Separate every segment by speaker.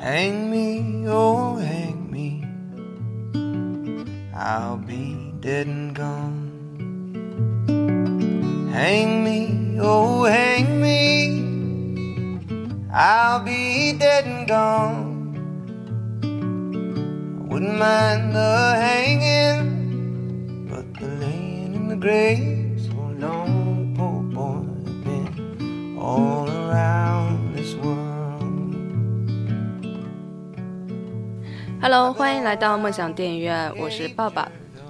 Speaker 1: Hang me, oh hang me, I'll be dead and gone. Hang me, oh hang me, I'll be dead and gone. I wouldn't mind the hanging, but the laying in the grave so long, poor boy, I've been all around this world.Hello， 欢迎来到梦想电影院，我是爸爸。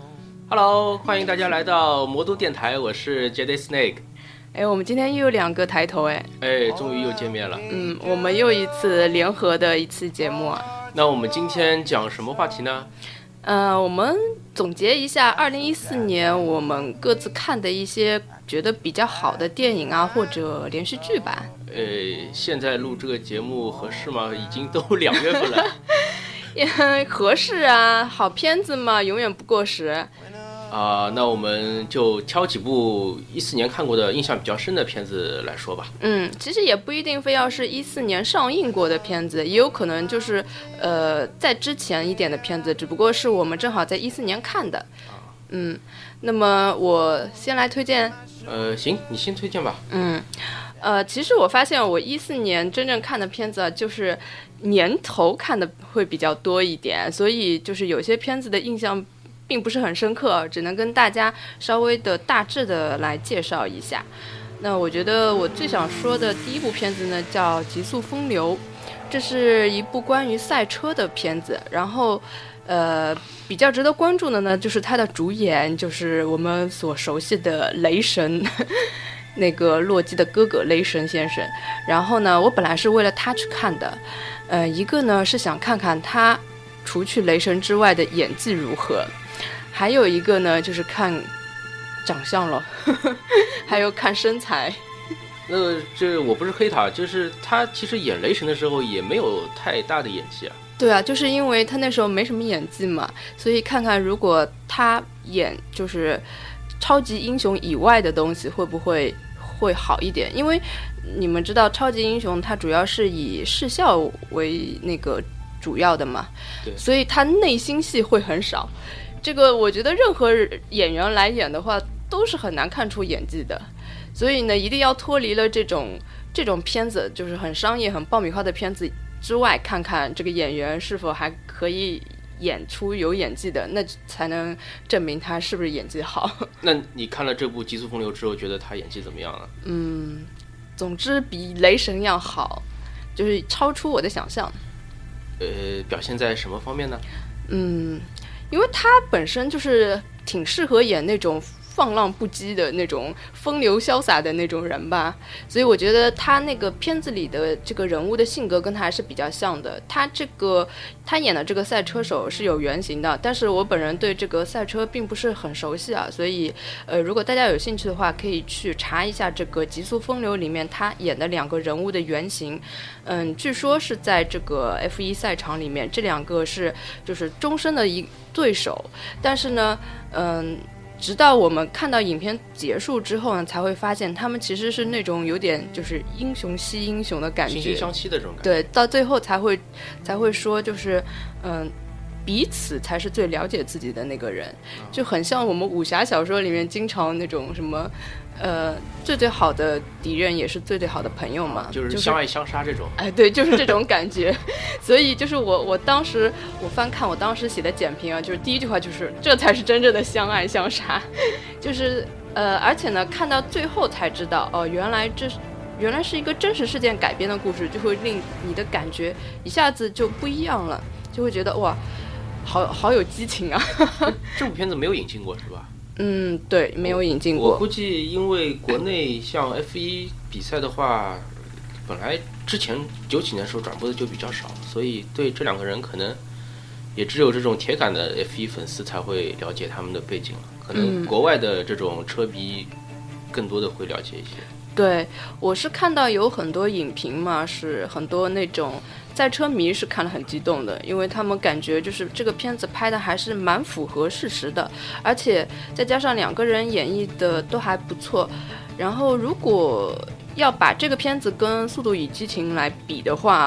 Speaker 2: Hello， 欢迎大家来到魔都电台，我是 Jedi Snake。
Speaker 3: 我们今天又有2个抬头
Speaker 2: 终于又见面了。
Speaker 3: 我们又一次联合的一次节目啊。
Speaker 2: 那我们今天讲什么话题呢？
Speaker 3: 我们总结一下2014年我们各自看的一些觉得比较好的电影啊，或者连续剧吧。
Speaker 2: 现在录这个节目合适吗？已经都2月份了。
Speaker 3: 也合适啊，好片子嘛，永远不过时。
Speaker 2: 那我们就挑几部14年看过的印象比较深的片子来说吧。
Speaker 3: 其实也不一定非要是14年上映过的片子，也有可能就是在之前一点的片子，只不过是我们正好在14年看的。那么我先来推荐。
Speaker 2: 行，你先推荐吧。
Speaker 3: 其实我发现我14年真正看的片子就是年头看的会比较多一点，所以就是有些片子的印象并不是很深刻，只能跟大家稍微的大致的来介绍一下。那我觉得我最想说的第一部片子呢叫《极速风流》，这是一部关于赛车的片子，然后比较值得关注的呢就是它的主演就是我们所熟悉的雷神那个洛基的哥哥雷神先生。然后呢我本来是为了他去看的，一个呢是想看看他除去雷神之外的演技如何，还有一个呢就是看长相了还有看身材。
Speaker 2: 这我不是黑他，就是他其实演雷神的时候也没有太大的演技啊。
Speaker 3: 对啊，就是因为他那时候没什么演技嘛，所以看看如果他演就是超级英雄以外的东西会不会好一点。因为你们知道超级英雄他主要是以视效为那个主要的嘛，
Speaker 2: 对，
Speaker 3: 所以他内心戏会很少。这个我觉得任何演员来演的话都是很难看出演技的，所以呢一定要脱离了这种片子就是很商业很爆米花的片子之外，看看这个演员是否还可以演出有演技的，那才能证明他是不是演技好。
Speaker 2: 那你看了这部《极速风流》之后觉得他演技怎么样啊？
Speaker 3: 总之比雷神要好，就是超出我的想象。
Speaker 2: 表现在什么方面呢？
Speaker 3: 因为他本身就是挺适合演那种放浪不羁的那种风流潇洒的那种人吧，所以我觉得他那个片子里的这个人物的性格跟他还是比较像的。他演的这个赛车手是有原型的，但是我本人对这个赛车并不是很熟悉啊，所以如果大家有兴趣的话可以去查一下这个《极速风流》里面他演的2个人物的原型。据说是在这个 F1 赛场里面，这2个是就是终身的一对手，但是呢直到我们看到影片结束之后呢才会发现他们其实是那种有点就是英雄惜英雄的感觉，
Speaker 2: 惺惺相惜的这种感觉。
Speaker 3: 对，到最后才会说就是彼此才是最了解自己的那个人，就很像我们武侠小说里面经常那种什么最好的敌人也是最好的朋友嘛，
Speaker 2: 就是相爱相杀这种。
Speaker 3: 对，就是这种感觉。所以就是我当时我翻看我当时写的简评啊，就是第一句话就是这才是真正的相爱相杀。就是而且呢看到最后才知道原来是一个真实事件改编的故事，就会令你的感觉一下子就不一样了，就会觉得哇好有激情啊。
Speaker 2: 这部片子没有引进过是吧？
Speaker 3: 对，没有引进过。
Speaker 2: 我估计因为国内像 F1 比赛的话本来之前90几年的时候转播的就比较少，所以对这2个人可能也只有这种铁杆的 F1 粉丝才会了解他们的背景了，可能国外的这种车迷更多的会了解一些。
Speaker 3: 对，我是看到有很多影评嘛，是很多那种赛车迷是看了很激动的，因为他们感觉就是这个片子拍的还是蛮符合事实的，而且再加上2个人演绎的都还不错。然后如果要把这个片子跟《速度与激情》来比的话，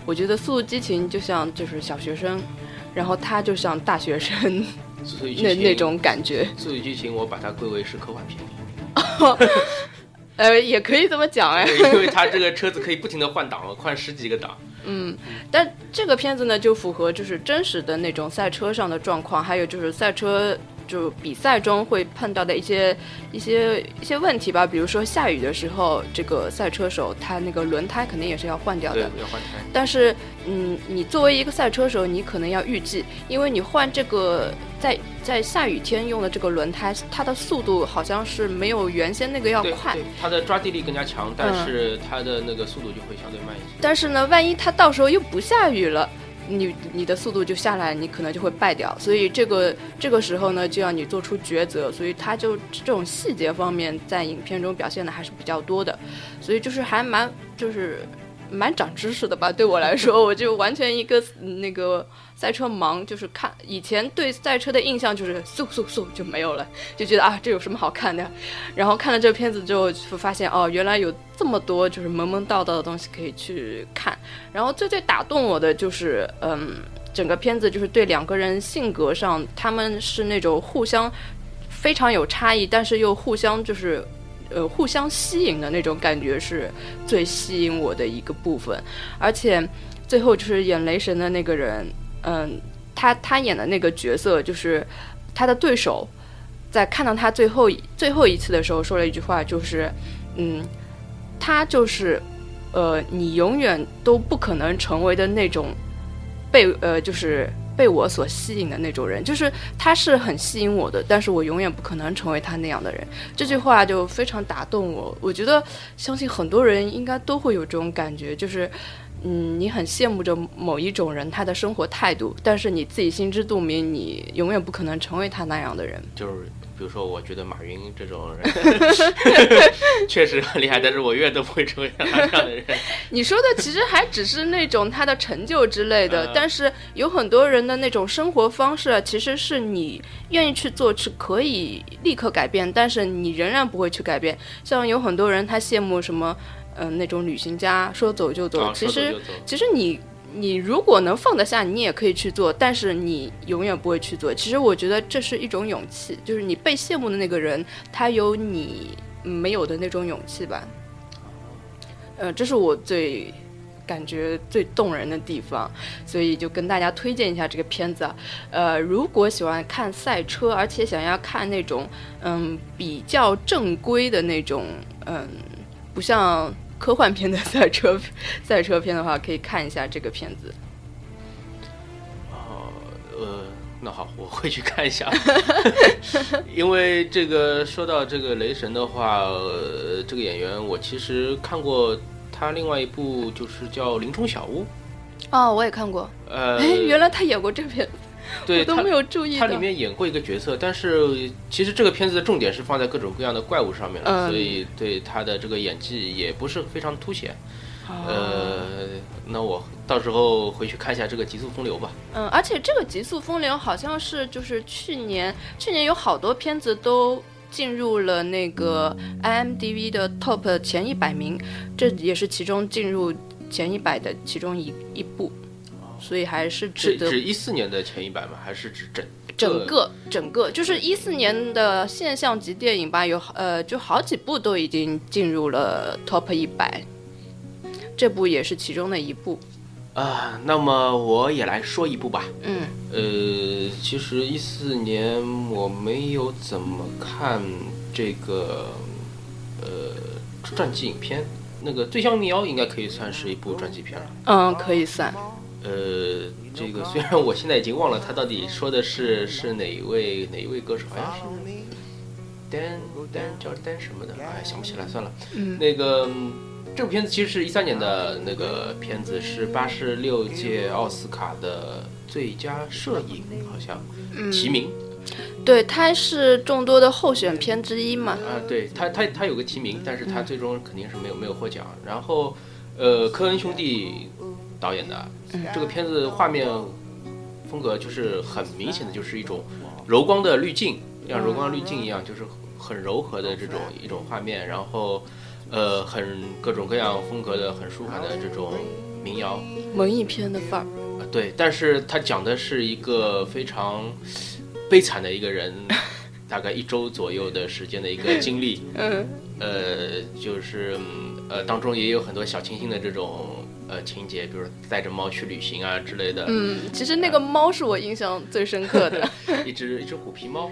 Speaker 3: 我觉得《速度激情》就像就是小学生，然后他就像大学生那种感觉。
Speaker 2: 速度激情我把它归为是科幻片。
Speaker 3: 也可以这么讲哎，
Speaker 2: 因为它这个车子可以不停地换挡，换10几个档。
Speaker 3: 但这个片子呢，就符合就是真实的那种赛车上的状况，还有就是赛车就比赛中会碰到的一些问题吧，比如说下雨的时候，这个赛车手他那个轮胎肯定也是要换掉的，
Speaker 2: 对，要换胎。
Speaker 3: 但是你作为一个赛车手，你可能要预计，因为你换这个在下雨天用的这个轮胎，它的速度好像是没有原先那个要快，
Speaker 2: 对，它的抓地力更加强，但是它的那个速度就会相对慢一些。
Speaker 3: 但是呢，万一它到时候又不下雨了，你的速度就下来，你可能就会败掉。所以这个时候呢，就要你做出抉择。所以它就这种细节方面，在影片中表现的还是比较多的。所以就是还蛮长知识的吧，对我来说，我就完全一个那个赛车盲，就是看以前对赛车的印象就是嗖就没有了，就觉得这有什么好看的。然后看了这个片子之后，就发现原来有这么多就是门门道道的东西可以去看。然后最打动我的就是整个片子就是对两个人性格上，他们是那种互相非常有差异，但是又互相互相吸引的那种感觉，是最吸引我的一个部分。而且最后就是演雷神的那个人，他演的那个角色，就是他的对手在看到他最后一次的时候说了一句话，就是他就是你永远都不可能成为的那种就是被我所吸引的那种人，就是他是很吸引我的，但是我永远不可能成为他那样的人。这句话就非常打动我，我觉得相信很多人应该都会有这种感觉，就是你很羡慕着某一种人他的生活态度，但是你自己心知肚明，你永远不可能成为他那样的人。
Speaker 2: 就是比如说，我觉得马云这种人确实很厉害，但是我永远都不会成为像他这样的人。
Speaker 3: 你说的其实还只是那种他的成就之类的，但是有很多人的那种生活方式其实是你愿意去做，是可以立刻改变，但是你仍然不会去改变。像有很多人他羡慕什么那种旅行家，说走就走，其实你如果能放得下，你也可以去做，但是你永远不会去做。其实我觉得这是一种勇气，就是你被羡慕的那个人，他有你没有的那种勇气吧。这是我感觉最动人的地方，所以就跟大家推荐一下这个片子。如果喜欢看赛车，而且想要看那种比较正规的那种不像科幻片的赛车片的话，可以看一下这个片子。
Speaker 2: 那好，我会去看一下。因为这个说到这个雷神的话，这个演员我其实看过他另外一部，就是叫《林冲小屋》。
Speaker 3: 我也看过。原来他演过这片。
Speaker 2: 对，
Speaker 3: 我都没有注意到。
Speaker 2: 他里面演过一个角色，但是其实这个片子的重点是放在各种各样的怪物上面了，所以对他的这个演技也不是非常凸显。那我到时候回去看一下这个《极速风流》吧。
Speaker 3: 而且这个《极速风流》好像是就是去年有好多片子都进入了那个 IMDb 的 Top 前100名，这也是其中进入前100的其中一部。所以还是值得。
Speaker 2: 指14年的前100吗？还是指
Speaker 3: 整个就是14年的现象级电影吧？就好几部都已经进入了 Top 100，这部也是其中的一部。
Speaker 2: 那么我也来说一部吧。其实14年我没有怎么看这个传记影片，那个《醉乡民谣》应该可以算是一部传记片了。
Speaker 3: 可以算。
Speaker 2: 这个虽然我现在已经忘了他到底说的是哪一位歌手，好像是叫丹什么的，想不起来，算了。那个这部片子其实是13年的那个片子，是86届奥斯卡的最佳摄影，好像提名。
Speaker 3: 对，他是众多的候选片之一嘛。
Speaker 2: 对，他有个提名，但是他最终肯定是没有获奖。然后科恩兄弟导演的这个片子，画面风格就是很明显的就是一种柔光的滤镜，像柔光滤镜一样，就是很柔和的一种画面，然后很各种各样风格的很舒缓的这种民谣
Speaker 3: 文艺片的范儿。
Speaker 2: 对，但是他讲的是一个非常悲惨的一个人，大概1周左右的时间的一个经历。就是当中也有很多小清新的这种情节，比如带着猫去旅行啊之类的。
Speaker 3: 其实那个猫是我印象最深刻的，
Speaker 2: 一只虎皮猫。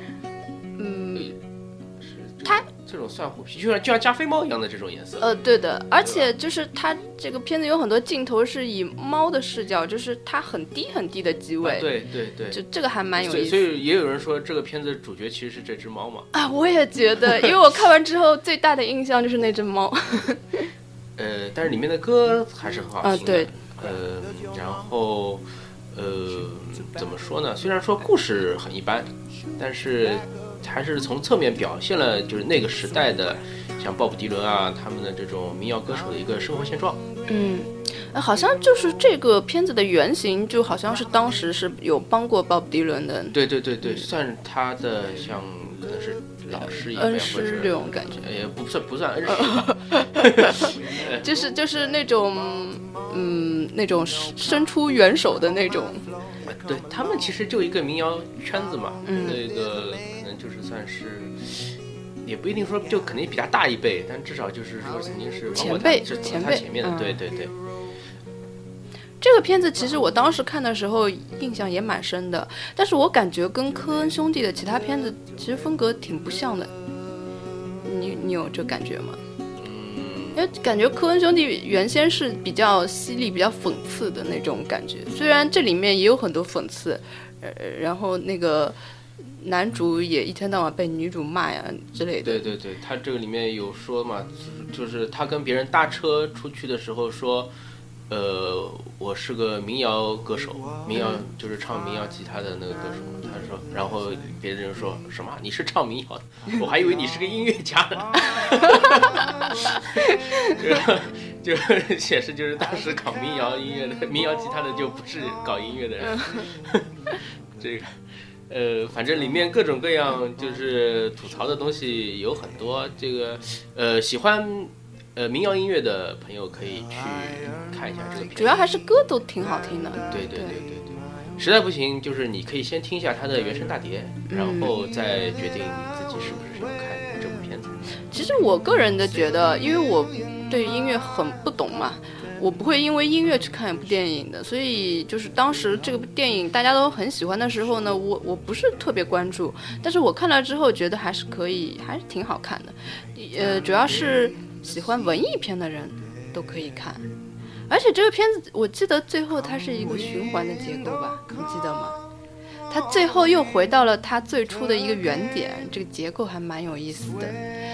Speaker 3: 它
Speaker 2: 这种算虎皮，就像加菲猫一样的这种颜色。
Speaker 3: 对的，而且就是它这个片子有很多镜头是以猫的视角，就是它很低很低的机位。
Speaker 2: 对，
Speaker 3: 就这个还蛮有意思。
Speaker 2: 所以也有人说这个片子主角其实是这只猫嘛。
Speaker 3: 我也觉得，因为我看完之后最大的印象就是那只猫。
Speaker 2: 但是里面的歌还是很好听的。
Speaker 3: 对。
Speaker 2: 然后怎么说呢？虽然说故事很一般，但是还是从侧面表现了就是那个时代的像鲍勃迪伦啊他们的这种民谣歌手的一个生活现状。
Speaker 3: 好像就是这个片子的原型就好像是当时是有帮过鲍勃迪伦的。对，
Speaker 2: 算他的像可能是老师
Speaker 3: 恩师这种感觉。
Speaker 2: 也不算恩师。
Speaker 3: 就是那种那种伸出援手的那种。
Speaker 2: 对，他们其实就一个民谣圈子嘛。那个可能就是算是，也不一定说就肯定比他大一辈，但至少就是说曾经是
Speaker 3: 前辈，
Speaker 2: 他前面的。对。
Speaker 3: 这个片子其实我当时看的时候印象也蛮深的，但是我感觉跟科恩兄弟的其他片子其实风格挺不像的。你有这感觉吗？因为感觉科恩兄弟原先是比较犀利、比较讽刺的那种感觉，虽然这里面也有很多讽刺，然后那个男主也一天到晚被女主骂呀之类的。
Speaker 2: 对，他这个里面有说嘛，就是他跟别人搭车出去的时候说，我是个民谣歌手，民谣就是唱民谣吉他的那个歌手。他说，然后别人说什么？你是唱民谣的？我还以为你是个音乐家呢。就显示就是当时搞民谣音乐的、民谣吉他的就不是搞音乐的人。这个反正里面各种各样就是吐槽的东西有很多。这个喜欢民谣音乐的朋友可以去看一下这个片子，
Speaker 3: 主要还是歌都挺好听的。
Speaker 2: 对，实在不行就是你可以先听一下它的原声大碟，然后再决定自己是不是要看这部片子。
Speaker 3: 其实我个人的觉得，因为我对音乐很不懂嘛，我不会因为音乐去看一部电影的，所以就是当时这部电影大家都很喜欢的时候呢，我不是特别关注，但是我看了之后觉得还是可以，还是挺好看的。主要是喜欢文艺片的人都可以看，而且这个片子我记得最后它是一个循环的结构吧，你记得吗？它最后又回到了它最初的一个原点，这个结构还蛮有意思的。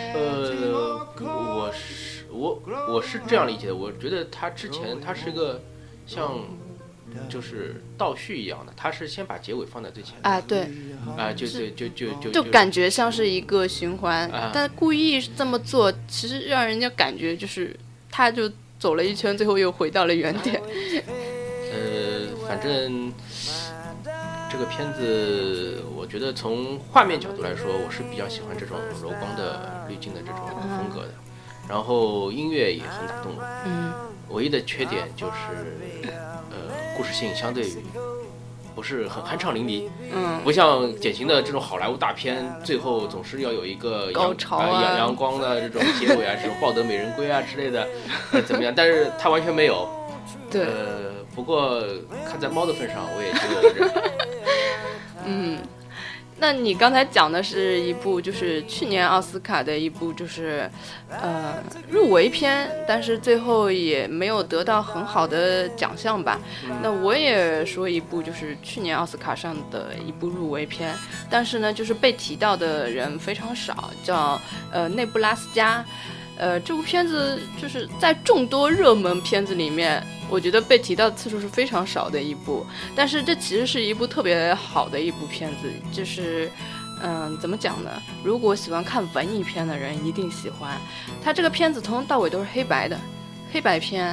Speaker 2: 我是这样理解的，我觉得它之前它是一个像就是倒叙一样的，它是先把结尾放在最前面。
Speaker 3: 对。
Speaker 2: 就
Speaker 3: 感觉像是一个循环，但故意这么做，其实让人家感觉就是他就走了一圈，最后又回到了原点。
Speaker 2: 反正这个片子，我觉得从画面角度来说，我是比较喜欢这种柔光的滤镜的这种风格的。然后音乐也很打动我。唯一的缺点就是故事性相对于不是很酣畅淋漓。不像典型的这种好莱坞大片，最后总是要有一个
Speaker 3: 高潮
Speaker 2: 阳光的这种结尾啊，这种抱得美人归啊之类的，怎么样？但是它完全没有。
Speaker 3: 对。
Speaker 2: 不过看在猫的份上，我也就忍。
Speaker 3: 那你刚才讲的是一部就是去年奥斯卡的一部就是入围片，但是最后也没有得到很好的奖项吧。那我也说一部就是去年奥斯卡上的一部入围片，但是呢就是被提到的人非常少，叫内布拉斯加。这部片子就是在众多热门片子里面，我觉得被提到的次数是非常少的一部，但是这其实是一部特别好的一部片子，就是怎么讲呢？如果喜欢看文艺片的人一定喜欢。它这个片子从头到尾都是黑白的，黑白片，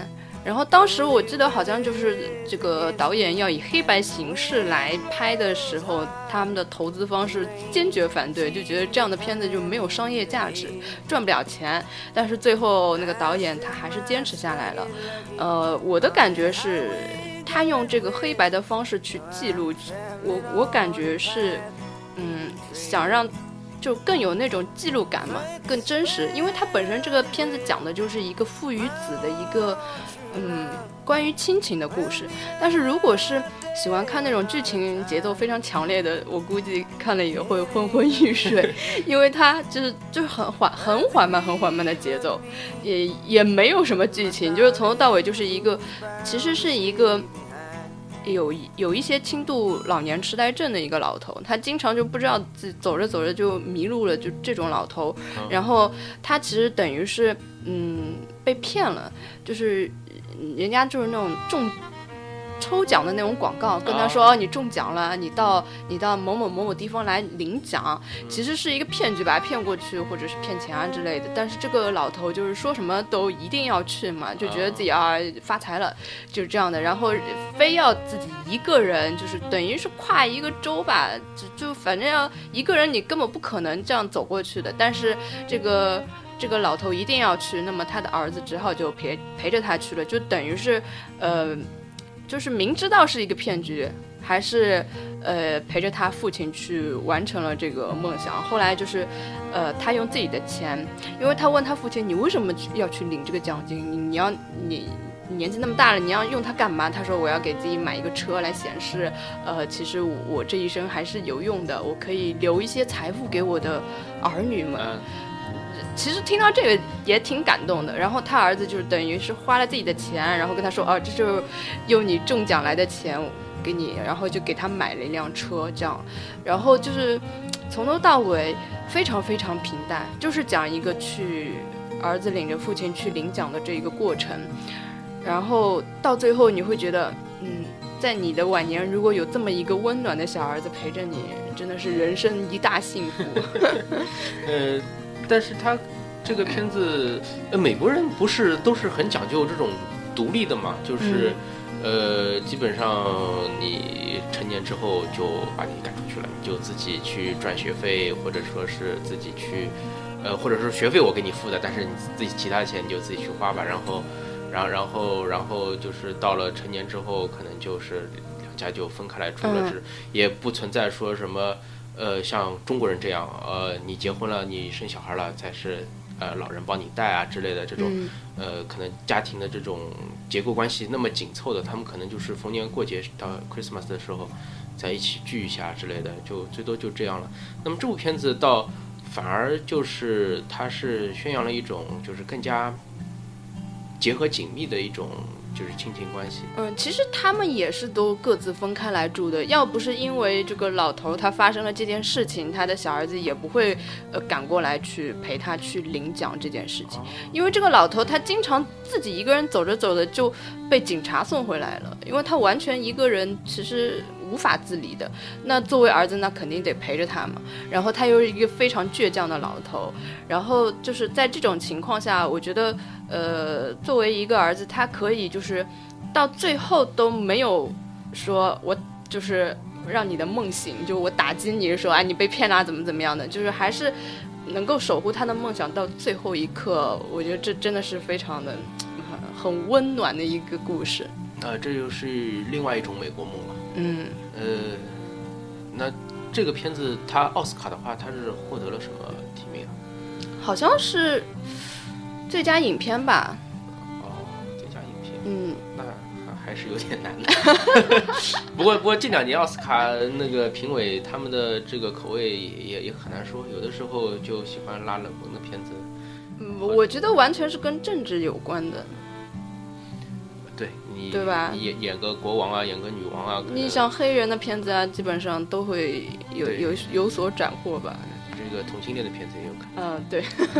Speaker 3: 然后当时我记得好像就是这个导演要以黑白形式来拍的时候，他们的投资方是坚决反对，就觉得这样的片子就没有商业价值，赚不了钱。但是最后那个导演他还是坚持下来了。我的感觉是他用这个黑白的方式去记录，我感觉是想让就更有那种记录感嘛，更真实。因为它本身这个片子讲的就是一个父与子的一个关于亲情的故事。但是如果是喜欢看那种剧情节奏非常强烈的，我估计看了也会昏昏欲睡，因为它就是很缓慢的节奏，也没有什么剧情，就是从头到尾就是一个，其实是一个有一些轻度老年痴呆症的一个老头，他经常就不知道自己走着走着就迷路了，就这种老头。然后他其实等于是被骗了，就是人家就是那种抽奖的那种广告，跟他说你中奖了，你到某某地方来领奖，其实是一个骗局，把他骗过去，或者是骗钱啊之类的。但是这个老头就是说什么都一定要去嘛，就觉得自己发财了，就是这样的。然后非要自己一个人，就是等于是跨一个州吧，就反正要一个人，你根本不可能这样走过去的。但是这个老头一定要去，那么他的儿子只好就陪着他去了，就等于是就是明知道是一个骗局，还是陪着他父亲去完成了这个梦想。后来就是他用自己的钱，因为他问他父亲，你为什么要去领这个奖金？你年纪那么大了，你要用它干嘛？他说我要给自己买一个车来显示其实我这一生还是有用的，我可以留一些财富给我的儿女们。其实听到这个也挺感动的。然后他儿子就是等于是花了自己的钱，然后跟他说这就是用你中奖来的钱给你，然后就给他买了一辆车这样。然后就是从头到尾非常非常平淡，就是讲一个儿子领着父亲去领奖的这一个过程。然后到最后你会觉得在你的晚年如果有这么一个温暖的小儿子陪着你，真的是人生一大幸福。
Speaker 2: 但是他这个片子美国人不是都是很讲究这种独立的嘛，就是基本上你成年之后就把你赶出去了，你就自己去赚学费，或者说是自己去或者说学费我给你付的，但是你自己其他的钱你就自己去花吧。然后就是到了成年之后，可能就是两家就分开来住了，也不存在说什么像中国人这样你结婚了，你生小孩了，才是老人帮你带啊之类的这种可能家庭的这种结构关系那么紧凑的，他们可能就是逢年过节到 Christmas 的时候在一起聚一下之类的，就最多就这样了。那么这部片子倒反而就是它是宣扬了一种就是更加结合紧密的一种就是亲情关系。
Speaker 3: 其实他们也是都各自分开来住的，要不是因为这个老头他发生了这件事情，他的小儿子也不会赶过来去陪他去领奖这件事情。因为这个老头他经常自己一个人走着走着就被警察送回来了，因为他完全一个人其实无法自理的。那作为儿子那肯定得陪着他嘛，然后他又是一个非常倔强的老头，然后就是在这种情况下，我觉得作为一个儿子，他可以就是到最后都没有说我就是让你的梦醒，就我打击你说你被骗了怎么样的，就是还是能够守护他的梦想到最后一刻。我觉得这真的是非常的很温暖的一个故事。
Speaker 2: 这就是另外一种美国梦了。那这个片子它奥斯卡的话，它是获得了什么提名啊？
Speaker 3: 好像是最佳影片吧。
Speaker 2: 最佳影片。那还是有点难的。不过这2年奥斯卡那个评委他们的这个口味也很难说，有的时候就喜欢拉冷门的片子。
Speaker 3: 我觉得完全是跟政治有关的。对吧？
Speaker 2: 你演个国王啊，演个女王啊，
Speaker 3: 你像黑人的片子啊，基本上都会有所斩获吧。
Speaker 2: 这个同性恋的片子也有可能。
Speaker 3: 对。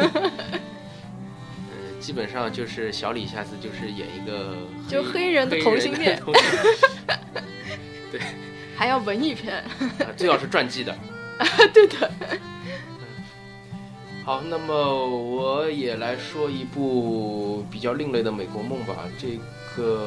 Speaker 2: 基本上就是小李下次就是演一个
Speaker 3: 就黑人的同性恋。
Speaker 2: 对，
Speaker 3: 还要文艺片。
Speaker 2: 最好是传记的。
Speaker 3: 对的。
Speaker 2: 好，那么我也来说一部比较另类的美国梦吧。这个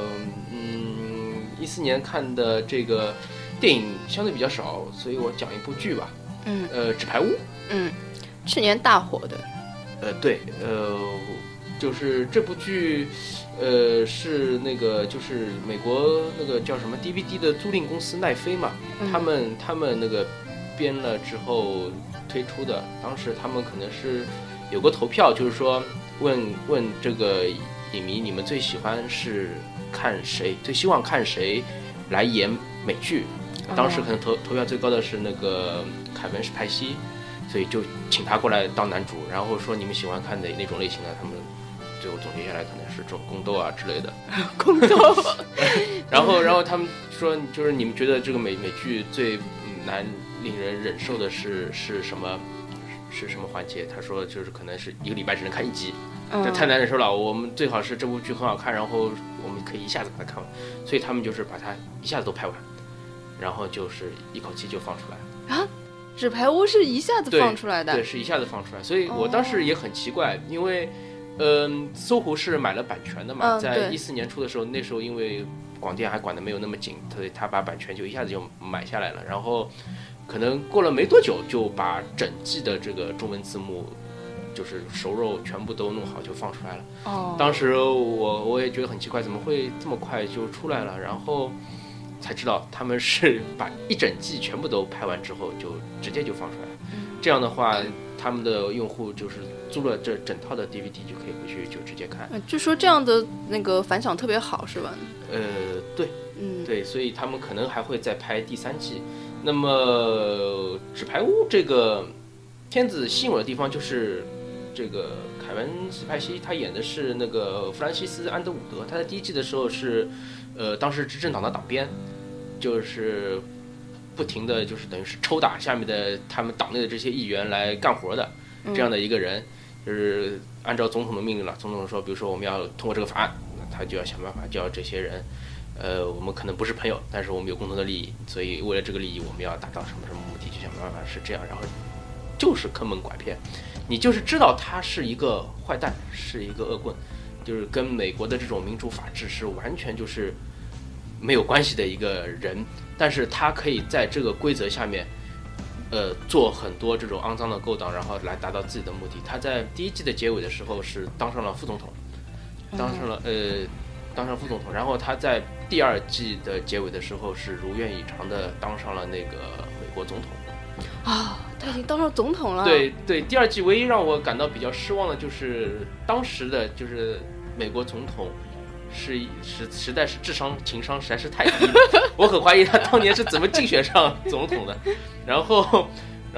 Speaker 2: 14年看的这个电影相对比较少，所以我讲一部剧吧。纸牌屋。
Speaker 3: 去年大火的。
Speaker 2: 对，就是这部剧，是那个就是美国那个叫什么 DVD 的租赁公司奈飞嘛，他们那个编了之后推出的。当时他们可能是有个投票，就是说问这个影迷，你们最喜欢是看谁，最希望看谁来演美剧。当时可能投票最高的是那个凯文·史派西，所以就请他过来当男主，然后说你们喜欢看的那种类型的，他们最后总结下来可能是这种宫斗啊之类的。
Speaker 3: 宫斗。
Speaker 2: 然后他们说，就是你们觉得这个美剧最难令人忍受的是什么？是什么环节？他说就是可能是一个礼拜只能看1集，这太难忍受了。我们最好是这部剧很好看，然后我们可以一下子把它看完。所以他们就是把它一下子都拍完，然后就是一口气就放出来
Speaker 3: 啊。纸牌屋是一下子放出来的。
Speaker 2: 对，是一下子放出来。所以我当时也很奇怪，因为搜狐是买了版权的嘛，在14年初的时候，那时候因为广电还管得没有那么紧，所以他把版权就一下子就买下来了。然后可能过了没多久，就把整季的这个中文字幕就是熟肉全部都弄好就放出来了。当时我也觉得很奇怪，怎么会这么快就出来了？然后才知道他们是把一整季全部都拍完之后就直接就放出来了。这样的话，他们的用户就是租了这整套的 DVD 就可以回去就直接看。
Speaker 3: 据说这样的那个反响特别好，是吧？
Speaker 2: 对，对，所以他们可能还会再拍第3季。那么纸牌屋这个片子吸引我的地方就是这个凯文·史派西他演的是那个弗兰西斯·安德伍德，他在第1季的时候是当时执政党的党鞭，就是不停的就是等于是抽打下面的他们党内的这些议员来干活的这样的一个人，就是按照总统的命令了，总统说比如说我们要通过这个法案，那他就要想办法叫这些人我们可能不是朋友，但是我们有共同的利益，所以为了这个利益我们要达到什么什么目的，就想办法是这样。然后就是坑蒙拐骗，你就是知道他是一个坏蛋，是一个恶棍，就是跟美国的这种民主法治是完全就是没有关系的一个人，但是他可以在这个规则下面做很多这种肮脏的勾当，然后来达到自己的目的。他在第1季的结尾的时候是当上了副总统，当上副总统，然后他在第2季的结尾的时候是如愿以偿的当上了那个美国总统。
Speaker 3: 他已经当上总统了。
Speaker 2: 对，第2季唯一让我感到比较失望的就是当时的就是美国总统实在是智商情商实在是太低了，我很怀疑他当年是怎么竞选上总统的。然后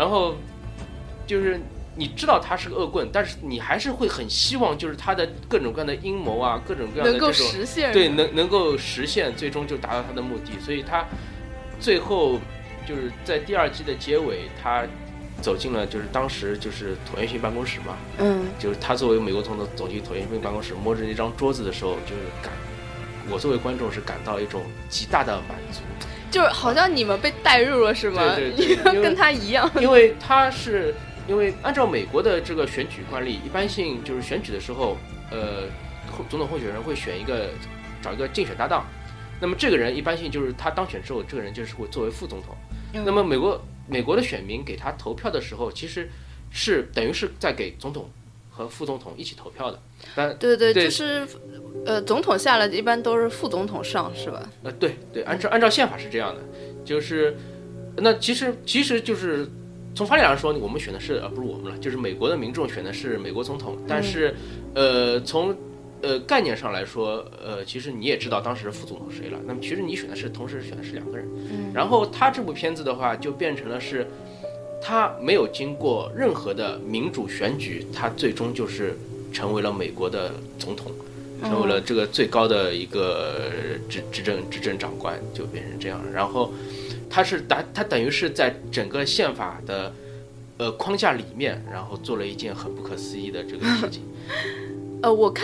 Speaker 2: 就是你知道他是个恶棍，但是你还是会很希望就是他的各种各样的阴谋啊，各种各样的这种
Speaker 3: 能够实现，
Speaker 2: 对，能够实现，最终就达到他的目的。所以他最后就是在第2季的结尾，他走进了就是当时就是椭圆形办公室嘛，就是他作为美国总统走进椭圆形办公室，摸着一张桌子的时候，就是我作为观众是感到一种极大的满足，
Speaker 3: 就是好像你们被带入了，是吗？
Speaker 2: 对，
Speaker 3: 跟他一样，
Speaker 2: 因为按照美国的这个选举惯例，一般性就是选举的时候，总统候选人会找一个竞选搭档，那么这个人一般性就是他当选之后，这个人就是会作为副总统。那么美国的选民给他投票的时候，其实是等于是在给总统和副总统一起投票的。
Speaker 3: 对，就是总统下来一般都是副总统上，是吧？
Speaker 2: 对，按照宪法是这样的，就是那其实就是从法理上说，我们选的是不是我们了，就是美国的民众选的是美国总统，但是从概念上来说，其实你也知道当时副总统谁了。那么其实你同时选的是2个人。然后他这部片子的话，就变成了是，他没有经过任何的民主选举，他最终就是成为了美国的总统，成为了这个最高的一个执政长官，就变成这样。然后他等于是在整个宪法的框架里面，然后做了一件很不可思议的这个事情。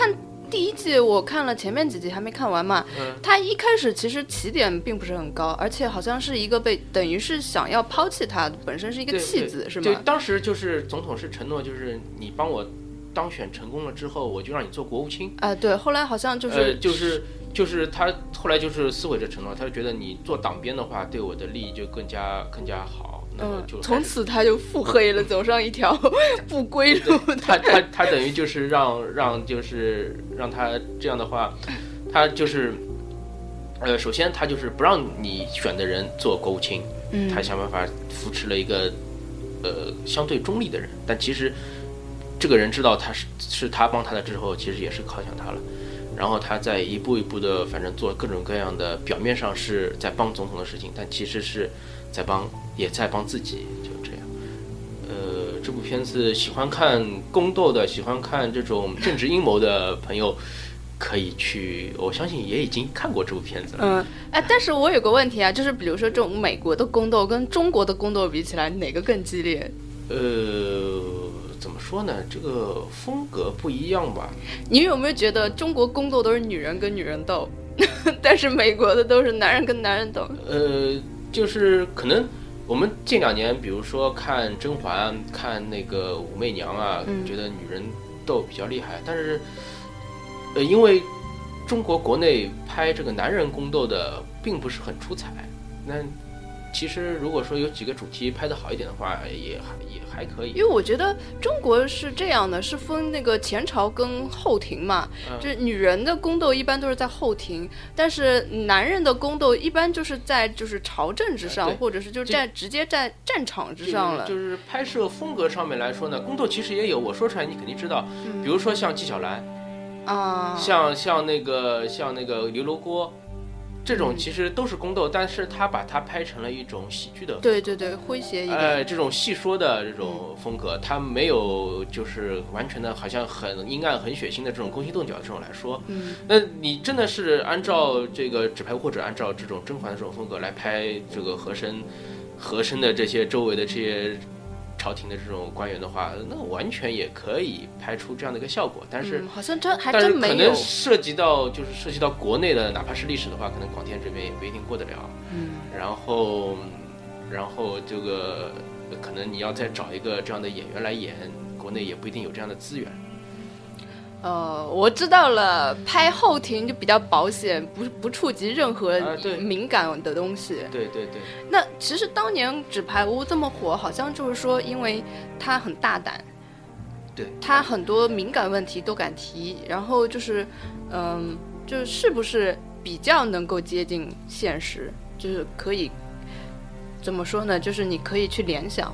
Speaker 3: 第一季我看了前面几集还没看完嘛，他一开始其实起点并不是很高，而且好像是一个等于是想要抛弃他，本身是一个弃子，是吗？
Speaker 2: 对，当时就是总统是承诺，就是你帮我当选成功了之后，我就让你做国务卿。
Speaker 3: 对，后来好像
Speaker 2: 就是他后来就是撕毁这承诺，他就觉得你做党鞭的话，对我的利益就更加好。
Speaker 3: 从此他就腹黑了，走上一条不归路。
Speaker 2: 他等于就是让他这样的话，他就是首先他就是不让你选的人做国务卿，他想办法扶持了一个相对中立的人，但其实这个人知道他是他帮他的之后，其实也是靠向他了。然后他在一步一步的，反正做各种各样的，表面上是在帮总统的事情，但其实是也在帮自己，就这样。这部片子喜欢看宫斗的，喜欢看这种政治阴谋的朋友，可以去，我相信也已经看过这部片子了。
Speaker 3: 但是我有个问题啊，就是比如说这种美国的宫斗跟中国的宫斗比起来，哪个更激烈？
Speaker 2: 怎么说呢？这个风格不一样吧。
Speaker 3: 你有没有觉得中国宫斗都是女人跟女人斗，但是美国的都是男人跟男人斗？
Speaker 2: 就是可能我们近2年，比如说看甄嬛、看那个武媚娘啊，觉得女人斗比较厉害。但是，因为中国国内拍这个男人宫斗的并不是很出彩，那其实如果说有几个主题拍得好一点的话，也还可以。
Speaker 3: 因为我觉得中国是这样的，是分那个前朝跟后庭嘛，就是女人的宫斗一般都是在后庭，但是男人的宫斗一般就是在朝政之上，或者是直接在战场之上了。
Speaker 2: 就是拍摄风格上面来说呢，宫斗其实也有，我说出来你肯定知道，比如说像纪晓岚啊，像那个刘罗锅。这种其实都是宫斗，但是他把它拍成了一种喜剧的风格，
Speaker 3: 对，诙谐一点，
Speaker 2: 这种戏说的这种风格，他没有就是完全的好像很阴暗、很血腥的这种勾心斗角这种来说。那你真的是按照这个纸牌或者按照这种甄嬛的这种风格来拍这个和珅的这些周围的这些朝廷的这种官员的话，那完全也可以拍出这样的一个效果。但是
Speaker 3: 好像还真没有。
Speaker 2: 但是可能涉及到国内的，哪怕是历史的话，可能广电这边也不一定过得了。然后这个可能你要再找一个这样的演员来演，国内也不一定有这样的资源。
Speaker 3: 我知道了，拍后庭就比较保险，不触及任何敏感的东西。
Speaker 2: 对。
Speaker 3: 那其实当年《纸牌屋》这么火，好像就是说，因为它很大胆，
Speaker 2: 对，
Speaker 3: 它很多敏感问题都敢提，然后就是不是比较能够接近现实，就是可以怎么说呢？就是你可以去联想。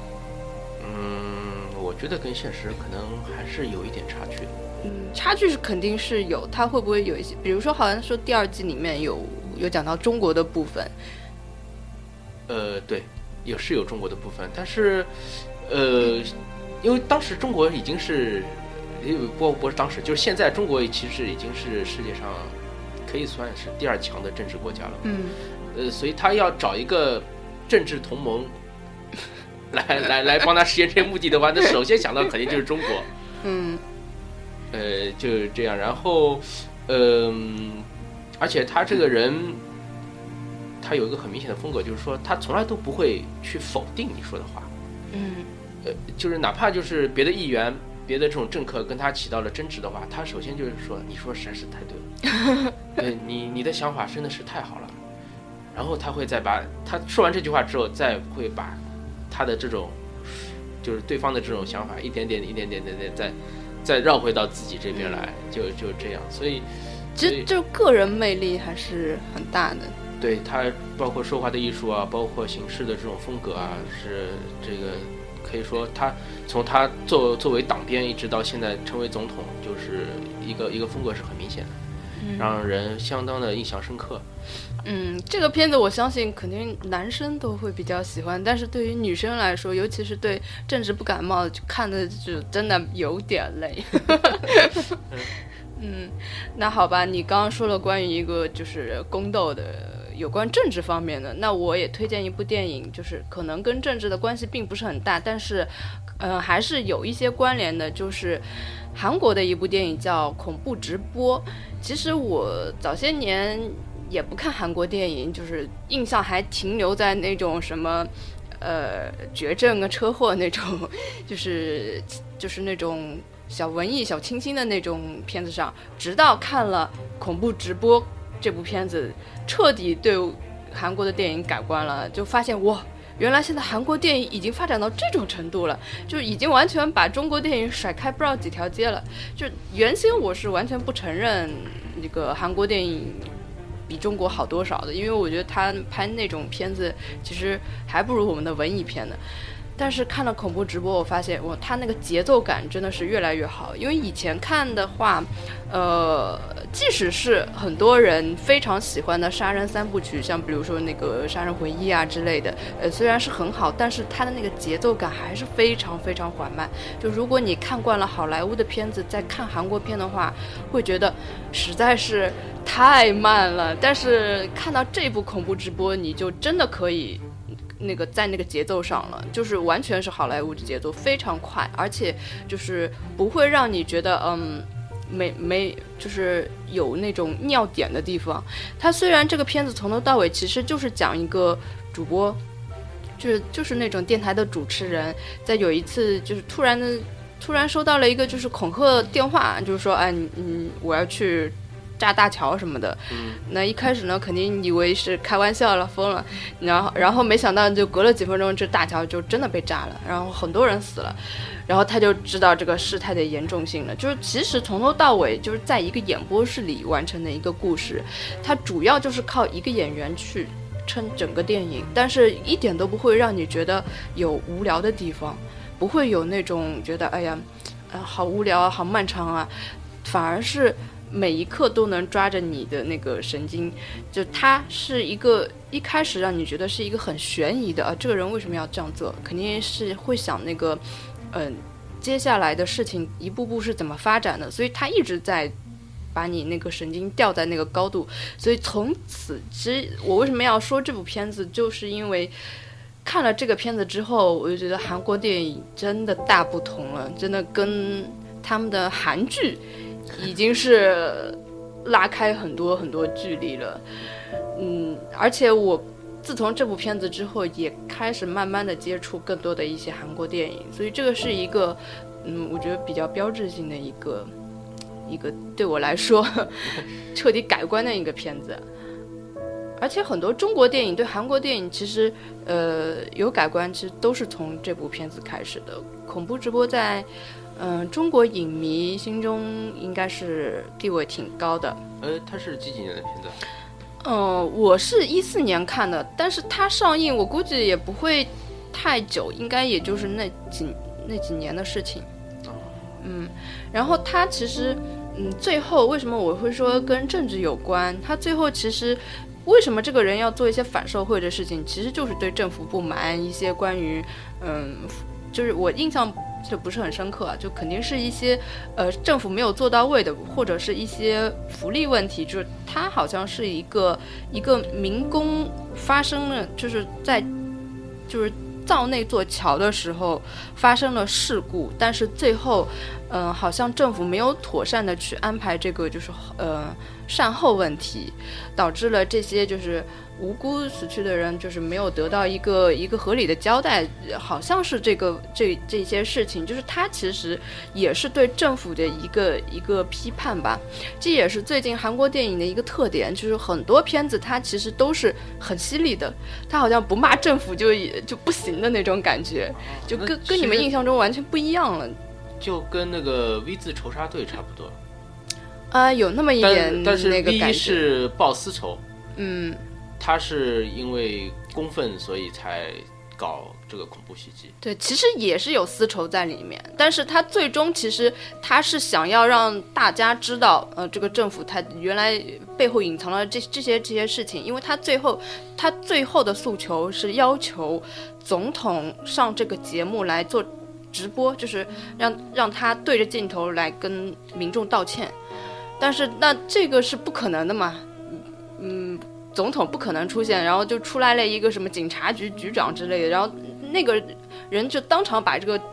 Speaker 2: 我觉得跟现实可能还是有一点差距的。
Speaker 3: 差距是肯定是有，它会不会有一些，比如说好像说第2季里面有讲到中国的部分。
Speaker 2: 对，也是有中国的部分，但是因为当时中国已经是，不是当时，就是现在中国其实已经是世界上可以算是第2强的政治国家了。所以他要找一个政治同盟来帮他实现这些目的的话，那首先想到肯定就是中国。就是这样。然后，而且他这个人，他有一个很明显的风格，就是说他从来都不会去否定你说的话。就是哪怕就是别的议员、别的这种政客跟他起到了争执的话，他首先就是说，你说实在是太对了，你的想法真的是太好了。然后他会再把他说完这句话之后，再会把他的这种就是对方的这种想法一点点再绕回到自己这边来，就这样。所以
Speaker 3: 其实就个人魅力还是很大的。
Speaker 2: 对，他包括说话的艺术啊，包括行事的这种风格啊，是这个可以说他从他作为党鞭一直到现在成为总统，就是一个风格是很明显的，让人相当的印象深刻。
Speaker 3: 这个片子我相信肯定男生都会比较喜欢，但是对于女生来说，尤其是对政治不感冒，就看的就真的有点累。那好吧，你刚刚说了关于一个就是宫斗的有关政治方面的，那我也推荐一部电影，就是可能跟政治的关系并不是很大，但是还是有一些关联的，就是韩国的一部电影叫《恐怖直播》。其实我早些年也不看韩国电影，就是印象还停留在那种什么绝症啊、车祸那种，就是那种小文艺、小清新的那种片子上。直到看了《恐怖直播》这部片子，彻底对韩国的电影改观了，就发现哇，原来现在韩国电影已经发展到这种程度了，就已经完全把中国电影甩开不知道几条街了。就原先我是完全不承认这个韩国电影比中国好多少的，因为我觉得他拍那种片子其实还不如我们的文艺片呢。但是看了恐怖直播，我发现哇，他那个节奏感真的是越来越好。因为以前看的话，即使是很多人非常喜欢的杀人三部曲，像比如说那个《杀人回忆》啊之类的，虽然是很好，但是它的那个节奏感还是非常非常缓慢。就如果你看惯了好莱坞的片子，再看韩国片的话，会觉得实在是太慢了。但是看到这部恐怖直播，你就真的可以那个在那个节奏上了，就是完全是好莱坞的节奏，非常快，而且就是不会让你觉得没就是有那种尿点的地方。它虽然这个片子从头到尾其实就是讲一个主播，就是那种电台的主持人，在有一次就是突然收到了一个就是恐吓电话，就是说我要去炸大桥什么的。那一开始呢肯定以为是开玩笑了，疯了，然后没想到就隔了几分钟，这大桥就真的被炸了，然后很多人死了。然后他就知道这个事态的严重性了。就是其实从头到尾就是在一个演播室里完成的一个故事，它主要就是靠一个演员去撑整个电影，但是一点都不会让你觉得有无聊的地方，不会有那种觉得好无聊啊，好漫长啊，反而是每一刻都能抓着你的那个神经。就它是一个一开始让你觉得是一个很悬疑的这个人为什么要这样做，肯定是会想那个接下来的事情一步步是怎么发展的，所以他一直在把你那个神经吊在那个高度。所以从此其实我为什么要说这部片子，就是因为看了这个片子之后，我就觉得韩国电影真的大不同了，真的跟他们的韩剧已经是拉开很多很多距离了。而且我自从这部片子之后，也开始慢慢的接触更多的一些韩国电影，所以这个是一个我觉得比较标志性的一个对我来说彻底改观的一个片子。而且很多中国电影对韩国电影其实有改观，其实都是从这部片子开始的。恐怖直播在中国影迷心中应该是地位挺高的。
Speaker 2: 它是几年的片子？
Speaker 3: 我是14年看的，但是它上映我估计也不会太久，应该也就是那几年的事情。然后它其实最后为什么我会说跟政治有关，它最后其实为什么这个人要做一些反社会的事情，其实就是对政府不满，一些关于就是我印象就不是很深刻就肯定是一些政府没有做到位的，或者是一些福利问题。就是它好像是一个民工发生了，就是在就是造内座桥的时候发生了事故，但是最后好像政府没有妥善的去安排这个就是善后问题，导致了这些就是无辜死去的人就是没有得到一个合理的交代，好像是这些事情，就是它其实也是对政府的一个批判吧。这也是最近韩国电影的一个特点，就是很多片子它其实都是很犀利的，它好像不骂政府就不行的那种感觉，就跟你们印象中完全不一样了。
Speaker 2: 就跟那个 V 字仇杀队差不多。
Speaker 3: 有那么一点
Speaker 2: 但是
Speaker 3: 那个感
Speaker 2: V
Speaker 3: 觉。
Speaker 2: 是报私仇，他是因为公愤所以才搞这个恐怖袭击。
Speaker 3: 对，其实也是有私仇在里面，但是他最终其实他是想要让大家知道，这个政府他原来背后隐藏了这些事情，因为他最后的诉求是要求总统上这个节目来做直播，就是让他对着镜头来跟民众道歉。但是那这个是不可能的嘛，总统不可能出现，然后就出来了一个什么警察局局长之类的，然后那个人就当场把这个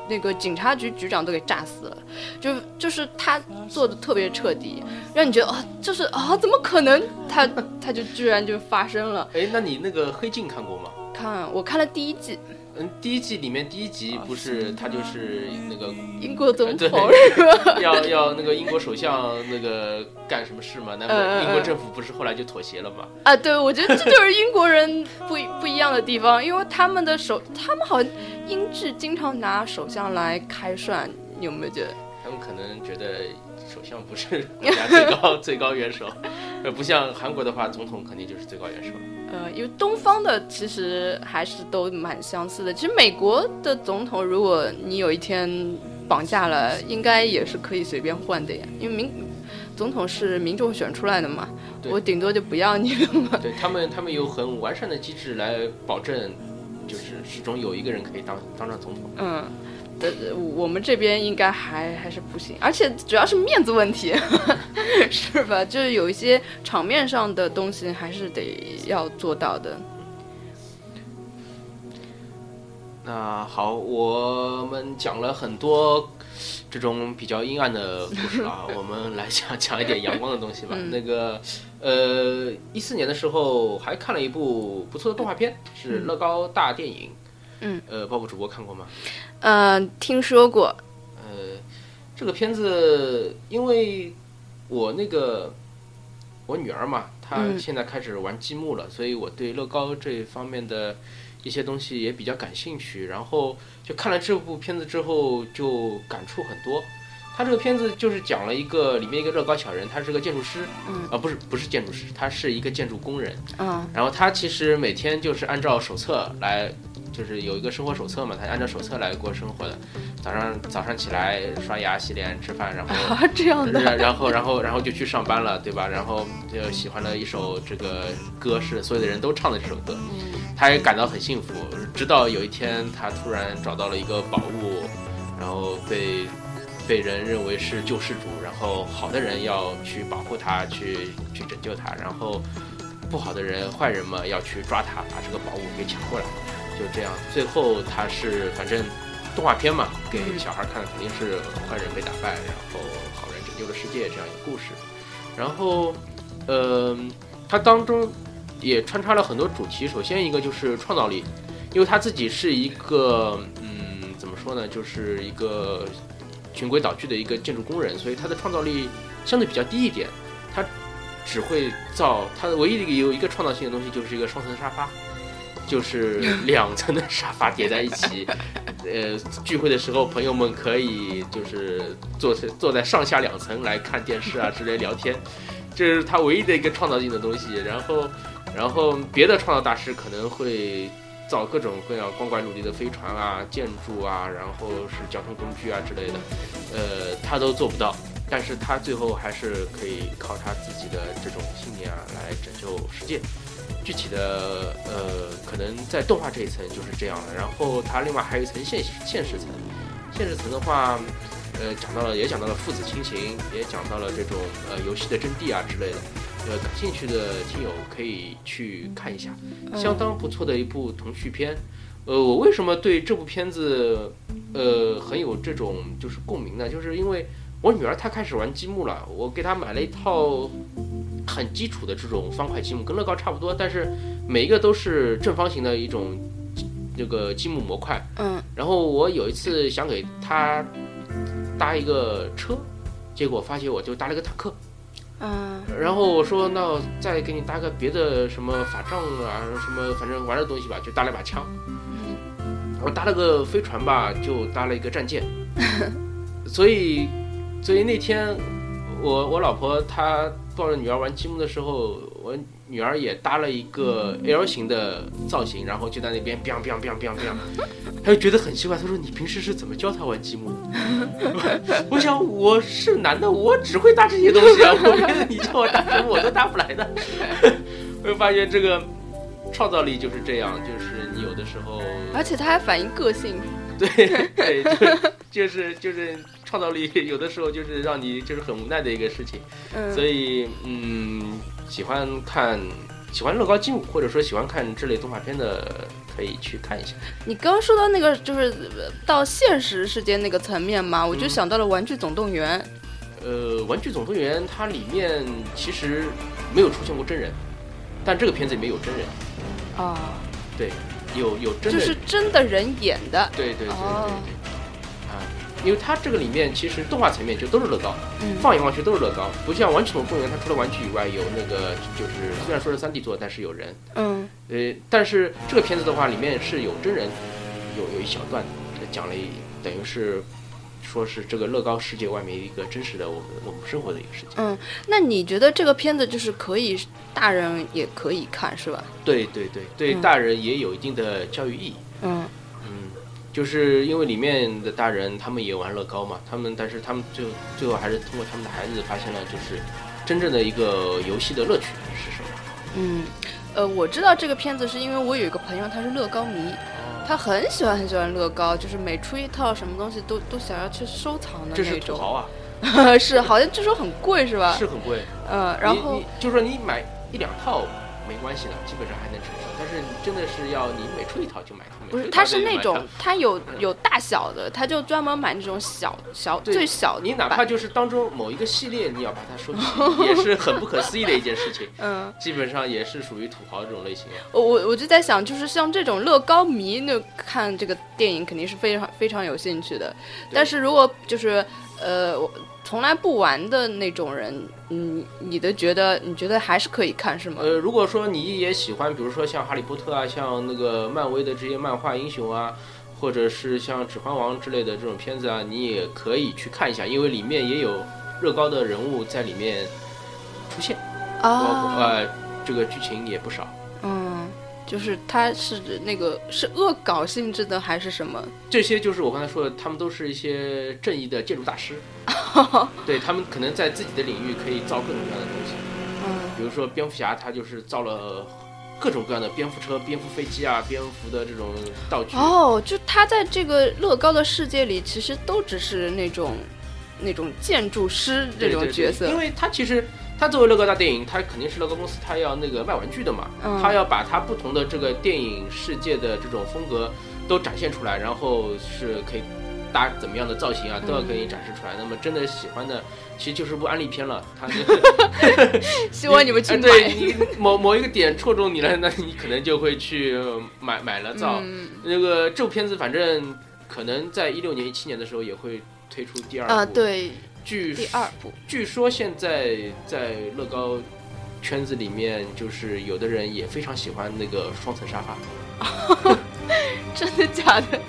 Speaker 3: 那个警察局局长都给炸死了，就是他做的特别彻底，让你觉得就是怎么可能他就居然就发生了。
Speaker 2: 哎，那你那个黑镜看过吗？
Speaker 3: 我看了第一季。
Speaker 2: 第一季里面第一集不是他就是那个
Speaker 3: 英国总统是吧？
Speaker 2: 要那个英国首相那个干什么事嘛？那么英国政府不是后来就妥协了吗？
Speaker 3: 啊，对，我觉得这就是英国人不一样的地方，因为他们好像英制经常拿首相来开涮，你有没有觉得？
Speaker 2: 他们可能觉得首相不是国家最高元首，不像韩国的话，总统肯定就是最高元首。
Speaker 3: 因为东方的其实还是都蛮相似的。其实美国的总统，如果你有一天绑架了，应该也是可以随便换的呀，因为总统是民众选出来的嘛，我顶多就不要你了嘛。
Speaker 2: 对，他们有很完善的机制来保证，就是始终有一个人可以当上总统。
Speaker 3: 我们这边应该还是不行，而且主要是面子问题，是吧？就是有一些场面上的东西还是要做到的。
Speaker 2: 那好，我们讲了很多这种比较阴暗的故事啊，我们来讲一点阳光的东西吧。那个14年的时候还看了一部不错的动画片，是乐高大电影。鲍勃主播看过吗？
Speaker 3: 听说过。
Speaker 2: 这个片子，因为我女儿嘛，她现在开始玩积木了，所以我对乐高这方面的一些东西也比较感兴趣。然后就看了这部片子之后，就感触很多。他这个片子就是讲了里面一个乐高小人，他是个建筑师，不是建筑师，他是一个建筑工人。然后他其实每天就是按照手册来。就是有一个生活手册嘛，他按照手册来过生活的。早上起来刷牙、洗脸、吃饭，然后
Speaker 3: 这样的，
Speaker 2: 然后就去上班了，对吧？然后就喜欢了一首这个歌，是所有的人都唱的这首歌，他也感到很幸福。直到有一天，他突然找到了一个宝物，然后被人认为是救世主，然后好的人要去保护他，去拯救他，然后不好的人、坏人嘛要去抓他，把这个宝物给抢过来。就这样，最后他是反正动画片嘛，给小孩看肯定是坏人被打败，然后好人拯救了世界这样一个故事。然后，它当中也穿插了很多主题。首先一个就是创造力，因为他自己是一个怎么说呢，就是一个循规蹈矩的一个建筑工人，所以他的创造力相对比较低一点。他只会他唯一的有一个创造性的东西就是一个双层沙发。就是2层的沙发叠在一起，聚会的时候朋友们可以就是坐在上下2层来看电视啊之类聊天，这是他唯一的一个创造性的东西。然后别的创造大师可能会造各种各样光怪陆离的飞船啊、建筑啊，然后是交通工具啊之类的，他都做不到。但是他最后还是可以靠他自己的这种信念啊来拯救世界。具体的可能在动画这一层就是这样的。然后它另外还有一层现实层。现实层的话，讲到了父子亲情，也讲到了这种游戏的真谛啊之类的。感兴趣的听友可以去看一下，相当不错的一部童趣片。我为什么对这部片子很有这种就是共鸣呢？就是因为我女儿她开始玩积木了，我给她买了一套很基础的这种方块积木，跟乐高差不多，但是每一个都是正方形的一种这个积木模块。然后我有一次想给她搭一个车，结果发现我就搭了个坦克。然后我说那我再给你搭个别的什么法杖啊什么反正玩的东西吧，就搭了把枪。我搭了个飞船吧，就搭了一个战舰。所以那天我老婆她抱着女儿玩积木的时候，我女儿也搭了一个 L 型的造型，然后就在那边 biang biang biang biang biang， 她就觉得很奇怪，她说你平时是怎么教她玩积木的？我想我是男的，我只会搭这些东西啊，我觉得你叫我搭什么我都搭不来的。我就发现这个创造力就是这样，就是你有的时候，
Speaker 3: 而且它还反映个性。
Speaker 2: 对，就是创造力有的时候就是让你就是很无奈的一个事情。所以喜欢看喜欢乐高积木或者说喜欢看这类动画片的，可以去看一下。
Speaker 3: 你刚刚说到那个就是到现实世界那个层面嘛，我就想到了《玩具总动员》。
Speaker 2: 玩具总动员它里面其实没有出现过真人，但这个片子里面有真人。对，有真人，
Speaker 3: 就是真的人演的。
Speaker 2: 对。因为它这个里面其实动画层面就都是乐高，放眼望去都是乐高，不像玩具总动员，它除了玩具以外有那个就是虽然说是3D 做，但是有人。但是这个片子的话，里面是有真人，有一小段讲了等于是说是这个乐高世界外面一个真实的我们生活的一个世界。
Speaker 3: 那你觉得这个片子就是可以大人也可以看是吧？
Speaker 2: 对，大人也有一定的教育意义。就是因为里面的大人他们也玩乐高嘛，但是他们最后还是通过他们的孩子发现了就是真正的一个游戏的乐趣是什么。
Speaker 3: 我知道这个片子是因为我有一个朋友他是乐高迷，他很喜欢乐高，就是每出一套什么东西都想要去收藏的那种。
Speaker 2: 这是土豪啊。
Speaker 3: 是，好像据说很贵是吧？
Speaker 2: 是很贵。
Speaker 3: 然后
Speaker 2: 就是说你买1-2套没关系的，基本上还能承受。但是真的是要你每出一套就买。
Speaker 3: 不是，它是那种它有大小的，他就专门买那种小最小的。
Speaker 2: 你哪怕就是当中某一个系列，你要把它收齐，也是很不可思议的一件事情。基本上也是属于土豪这种类型。
Speaker 3: 我就在想，就是像这种乐高迷，那看这个电影肯定是非常非常有兴趣的。但是如果就是从来不玩的那种人，你觉得还是可以看是吗？
Speaker 2: 如果说你也喜欢，比如说像哈利波特啊，像那个漫威的这些漫画英雄啊，或者是像指环王之类的这种片子啊，你也可以去看一下，因为里面也有乐高的人物在里面出现。这个剧情也不少。
Speaker 3: 就是他是那个是恶搞性质的还是什么？
Speaker 2: 这些就是我刚才说的，他们都是一些正义的建筑大师。对，他们可能在自己的领域可以造各种各样的东西。比如说蝙蝠侠，他就是造了各种各样的蝙蝠车、蝙蝠飞机啊、蝙蝠的这种道具。
Speaker 3: 就他在这个乐高的世界里，其实都只是那种建筑师这种角色。
Speaker 2: 对，因为他其实。他作为乐高大电影，他肯定是乐高公司，他要那个卖玩具的嘛，他要把他不同的这个电影世界的这种风格都展现出来，然后是可以搭怎么样的造型啊，都要给你展示出来。那么真的喜欢的，其实就是部安利片了。他
Speaker 3: 希望你们去买。
Speaker 2: 对你某一个点戳中你了，那你可能就会去买了造。那个这部片子反正可能在16年、17年的时候也会推出第2部。
Speaker 3: 对。
Speaker 2: 第
Speaker 3: 2部，
Speaker 2: 据说现在在乐高圈子里面，就是有的人也非常喜欢那个双层沙发。
Speaker 3: 真的假的？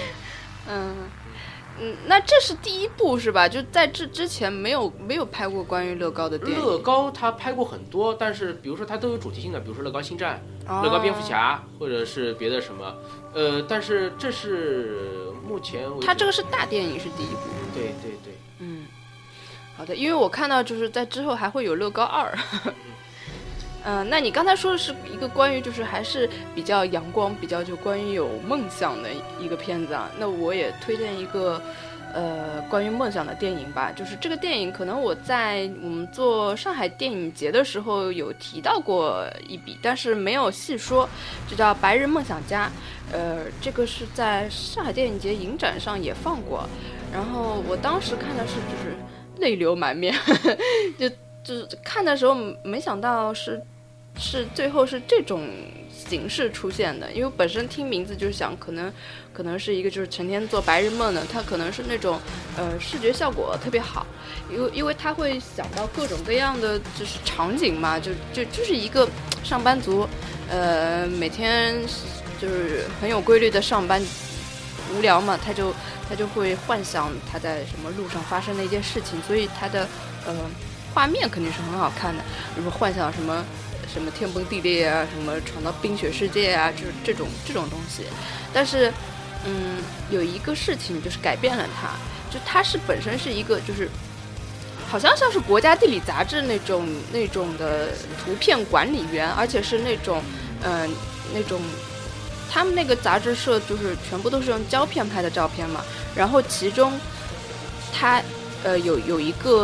Speaker 3: 那这是第1部是吧？就在这之前没有拍过关于乐高的电影。
Speaker 2: 乐高他拍过很多，但是比如说他都有主题性的，比如说乐高星战、乐高蝙蝠侠，或者是别的什么。但是这是目前为止
Speaker 3: 他这个是大电影，是第1部。
Speaker 2: 对。
Speaker 3: 好的，因为我看到就是在之后还会有乐高2。那你刚才说的是一个关于就是还是比较阳光、比较就关于有梦想的一个片子啊。那我也推荐一个关于梦想的电影吧。就是这个电影可能我在我们做上海电影节的时候有提到过一笔，但是没有细说，就叫《白日梦想家》。这个是在上海电影节影展上也放过，然后我当时看的是就是泪流满面，就是看的时候没想到是最后是这种形式出现的，因为本身听名字就想可能是一个就是成天做白日梦的，它可能是那种视觉效果特别好，因为他会想到各种各样的就是场景嘛，就是一个上班族，每天就是很有规律的上班，无聊嘛，他就会幻想他在什么路上发生的一件事情，所以他的画面肯定是很好看的。如果幻想什么天崩地裂啊，什么闯到冰雪世界啊，就是这种东西。但是有一个事情就是改变了他，就他是本身是一个就是好像是国家地理杂志那种的图片管理员，而且是那种他们那个杂志社就是全部都是用胶片拍的照片嘛，然后其中他有一个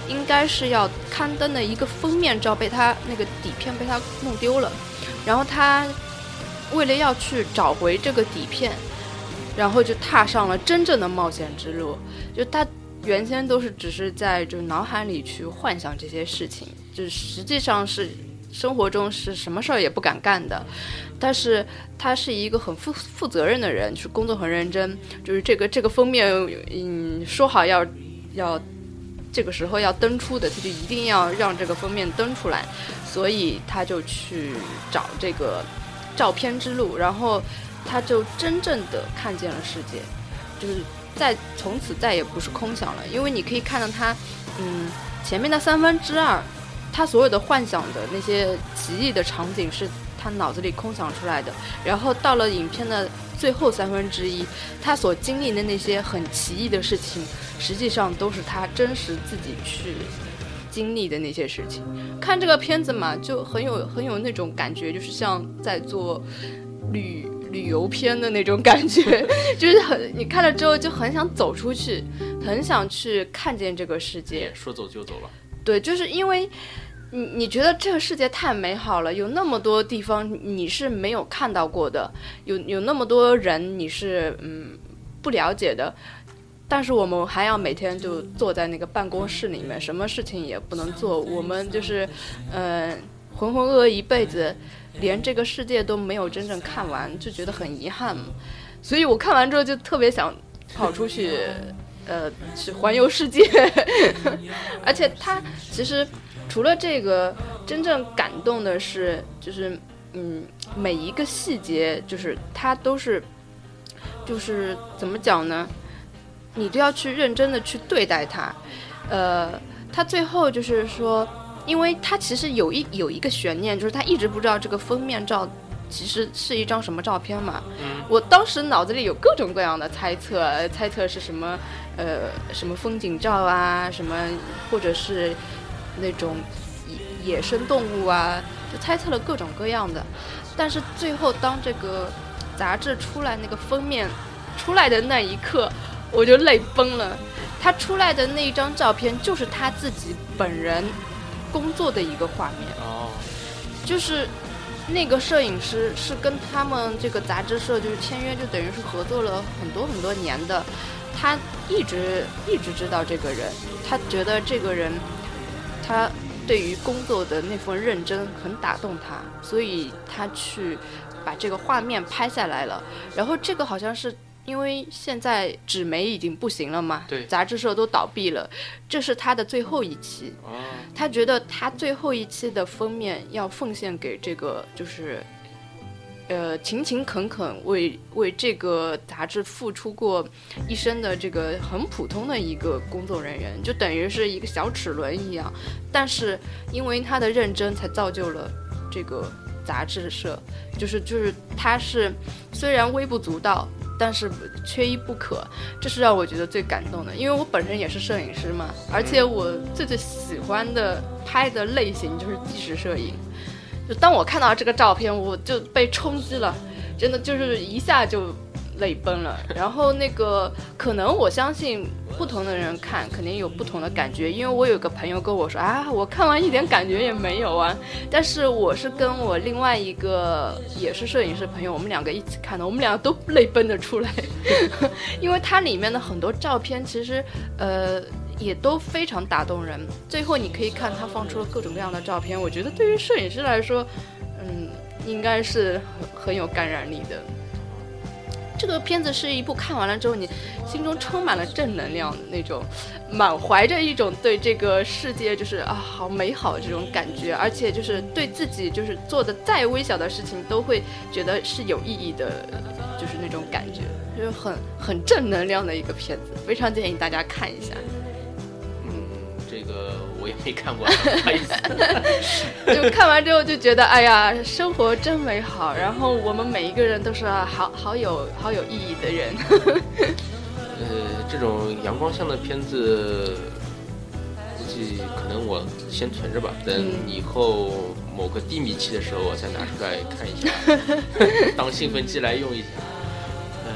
Speaker 3: 应该是要刊登的一个封面照被他那个底片被他弄丢了，然后他为了要去找回这个底片，然后就踏上了真正的冒险之路。就他原先都是只是在就是脑海里去幻想这些事情，就是实际上是生活中是什么事儿也不敢干的。但是他是一个很负责任的人，就是工作很认真，就是这个封面说好要这个时候要登出的，他就一定要让这个封面登出来，所以他就去找这个照片之路，然后他就真正的看见了世界，就是从此再也不是空想了。因为你可以看到他前面的2/3，他所有的幻想的那些奇异的场景是他脑子里空想出来的，然后到了影片的最后1/3，他所经历的那些很奇异的事情，实际上都是他真实自己去经历的那些事情。看这个片子嘛，就很有那种感觉，就是像在做旅游片的那种感觉，就是你看了之后就很想走出去，很想去看见这个世界。
Speaker 2: 说走就走了。对，
Speaker 3: 就是因为你觉得这个世界太美好了，有那么多地方你是没有看到过的，有那么多人你是不了解的，但是我们还要每天就坐在那个办公室里面，什么事情也不能做，我们就是浑浑噩噩一辈子，连这个世界都没有真正看完，就觉得很遗憾。所以我看完之后就特别想跑出去去环游世界而且他其实除了这个，真正感动的是就是每一个细节，就是他都是就是怎么讲呢，你都要去认真的去对待它。他最后就是说，因为他其实有一个悬念，就是他一直不知道这个封面照其实是一张什么照片嘛。我当时脑子里有各种各样的猜测是什么什么风景照啊，什么或者是那种野生动物啊，就猜测了各种各样的。但是最后当这个杂志出来，那个封面出来的那一刻，我就泪崩了。他出来的那一张照片就是他自己本人工作的一个画面。就是那个摄影师是跟他们这个杂志社就是签约，就等于是合作了很多年的。他一直知道这个人，他觉得这个人他对于工作的那份认真很打动他，所以他去把这个画面拍下来了。然后这个好像是因为现在纸媒已经不行了嘛，
Speaker 2: 对，
Speaker 3: 杂志社都倒闭了，这是他的最后一期。他觉得他最后一期的封面要奉献给这个就是勤勤恳恳为这个杂志付出过一生的这个很普通的一个工作人员，就等于是一个小齿轮一样。但是因为他的认真，才造就了这个杂志社。就是他是虽然微不足道，但是缺一不可，这是让我觉得最感动的。因为我本身也是摄影师嘛，而且我最喜欢的拍的类型就是纪实摄影。就当我看到这个照片，我就被冲击了，真的就是一下就泪崩了。然后那个可能我相信不同的人看肯定有不同的感觉，因为我有个朋友跟我说啊，我看完一点感觉也没有啊。但是我是跟我另外一个也是摄影师朋友，我们两个一起看的，我们两个都泪奔着出来因为它里面的很多照片其实也都非常打动人。最后你可以看他放出了各种各样的照片，我觉得对于摄影师来说应该是很有感染力的。这个片子是一部看完了之后你心中充满了正能量的那种，满怀着一种对这个世界就是好美好这种感觉，而且就是对自己就是做的再微小的事情都会觉得是有意义的，就是那种感觉，就是很正能量的一个片子，非常建议大家看一下。
Speaker 2: 这个我也没看过，不好意思
Speaker 3: 就看完之后就觉得哎呀，生活真美好，然后我们每一个人都是好有意义的人
Speaker 2: 这种阳光向的片子估计可能我先存着吧，等以后某个低迷期的时候我再拿出来看一下当兴奋剂来用一下。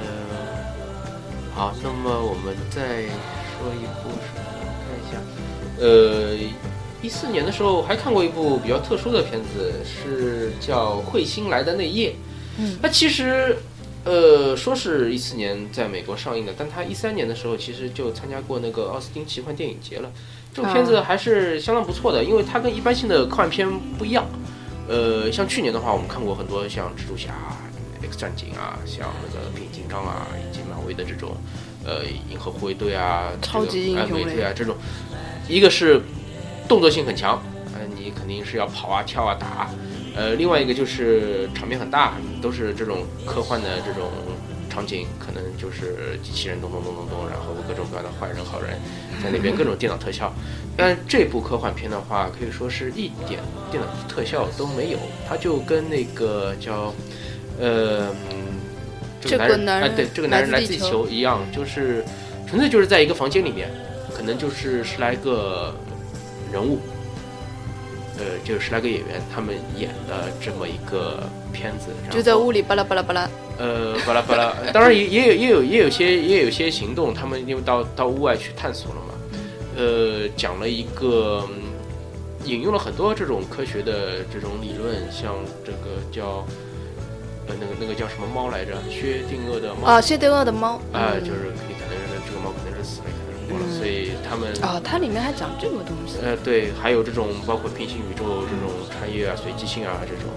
Speaker 2: 好，那么我们再说一部什么，看一下 14年的时候还看过一部比较特殊的片子，是叫《彗星来的那夜》。它其实说是14年在美国上映的，但它13年的时候其实就参加过那个奥斯汀奇幻电影节了。这部片子还是相当不错的，因为它跟一般性的科幻片不一样。像去年的话，我们看过很多像蜘蛛侠、X 战警啊，像那个变形金刚啊，以及漫威的这种银河护卫队啊、
Speaker 3: 超级英雄类
Speaker 2: 啊这种，一个是动作性很强，你肯定是要跑啊、跳啊、打。另外一个就是场面很大，都是这种科幻的这种场景，可能就是机器人咚咚咚咚咚，然后各种各样的坏人好人在那边各种电脑特效。但这部科幻片的话，可以说是一点电脑特效都没有，它就跟那个叫这个男人对，这个男人来自地球一样，就是纯粹就是在一个房间里面，可能就是10来个人物。就是10来个演员，他们演的这么一个片子，
Speaker 3: 就在屋里巴拉巴拉巴拉，
Speaker 2: 巴拉巴拉。当然也有些行动，他们因为到屋外去探索了嘛。讲了一个引用了很多这种科学的这种理论，像这个叫那个叫什么猫来着？薛定谔的猫
Speaker 3: 啊，薛定谔的猫
Speaker 2: 就是你可能是这个猫可能是死了，可能是活了，所以他们
Speaker 3: 它里面还讲这个东西。
Speaker 2: 对，还有这种包括平行宇宙这种穿越啊、随机性啊这种，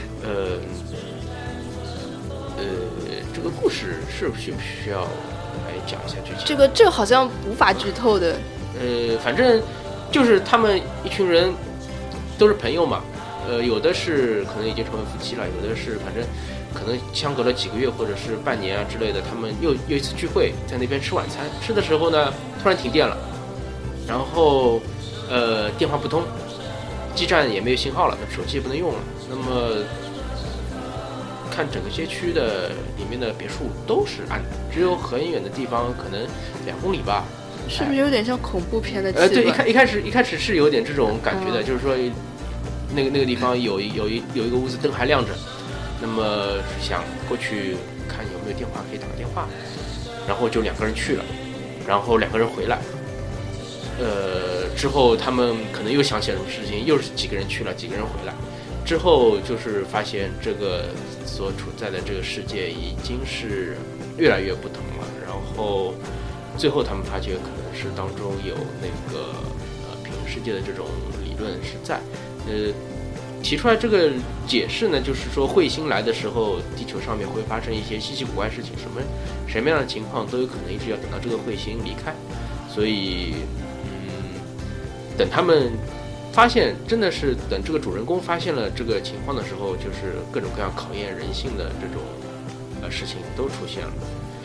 Speaker 2: 这个故事需不需要来讲一下剧情？
Speaker 3: 这好像无法剧透的。
Speaker 2: 反正就是他们一群人都是朋友嘛，有的是可能已经成为夫妻了，有的是反正可能相隔了几个月或者是半年啊之类的，他们又一次聚会，在那边吃晚餐，吃的时候呢，突然停电了，然后电话不通，基站也没有信号了，手机也不能用了。那么看整个街区的里面的别墅都是暗的，只有很远的地方，可能2公里吧。
Speaker 3: 是不是有点像恐怖片的气氛？
Speaker 2: 对，一开始是有点这种感觉的，就是说那个地方有一个屋子灯还亮着，那么想过去看有没有电话可以打个电话，然后就2个人去了，然后2个人回来。之后他们可能又想起了什么事情，又是几个人去了，几个人回来，之后就是发现这个所处在的这个世界已经是越来越不同了，然后最后他们发觉可能是当中有那个平行世界的这种理论是在，提出来这个解释呢，就是说彗星来的时候，地球上面会发生一些稀奇古怪事情，什么样的情况都有可能一直要等到这个彗星离开，所以等他们发现，真的是等这个主人公发现了这个情况的时候，就是各种各样考验人性的这种事情都出现了。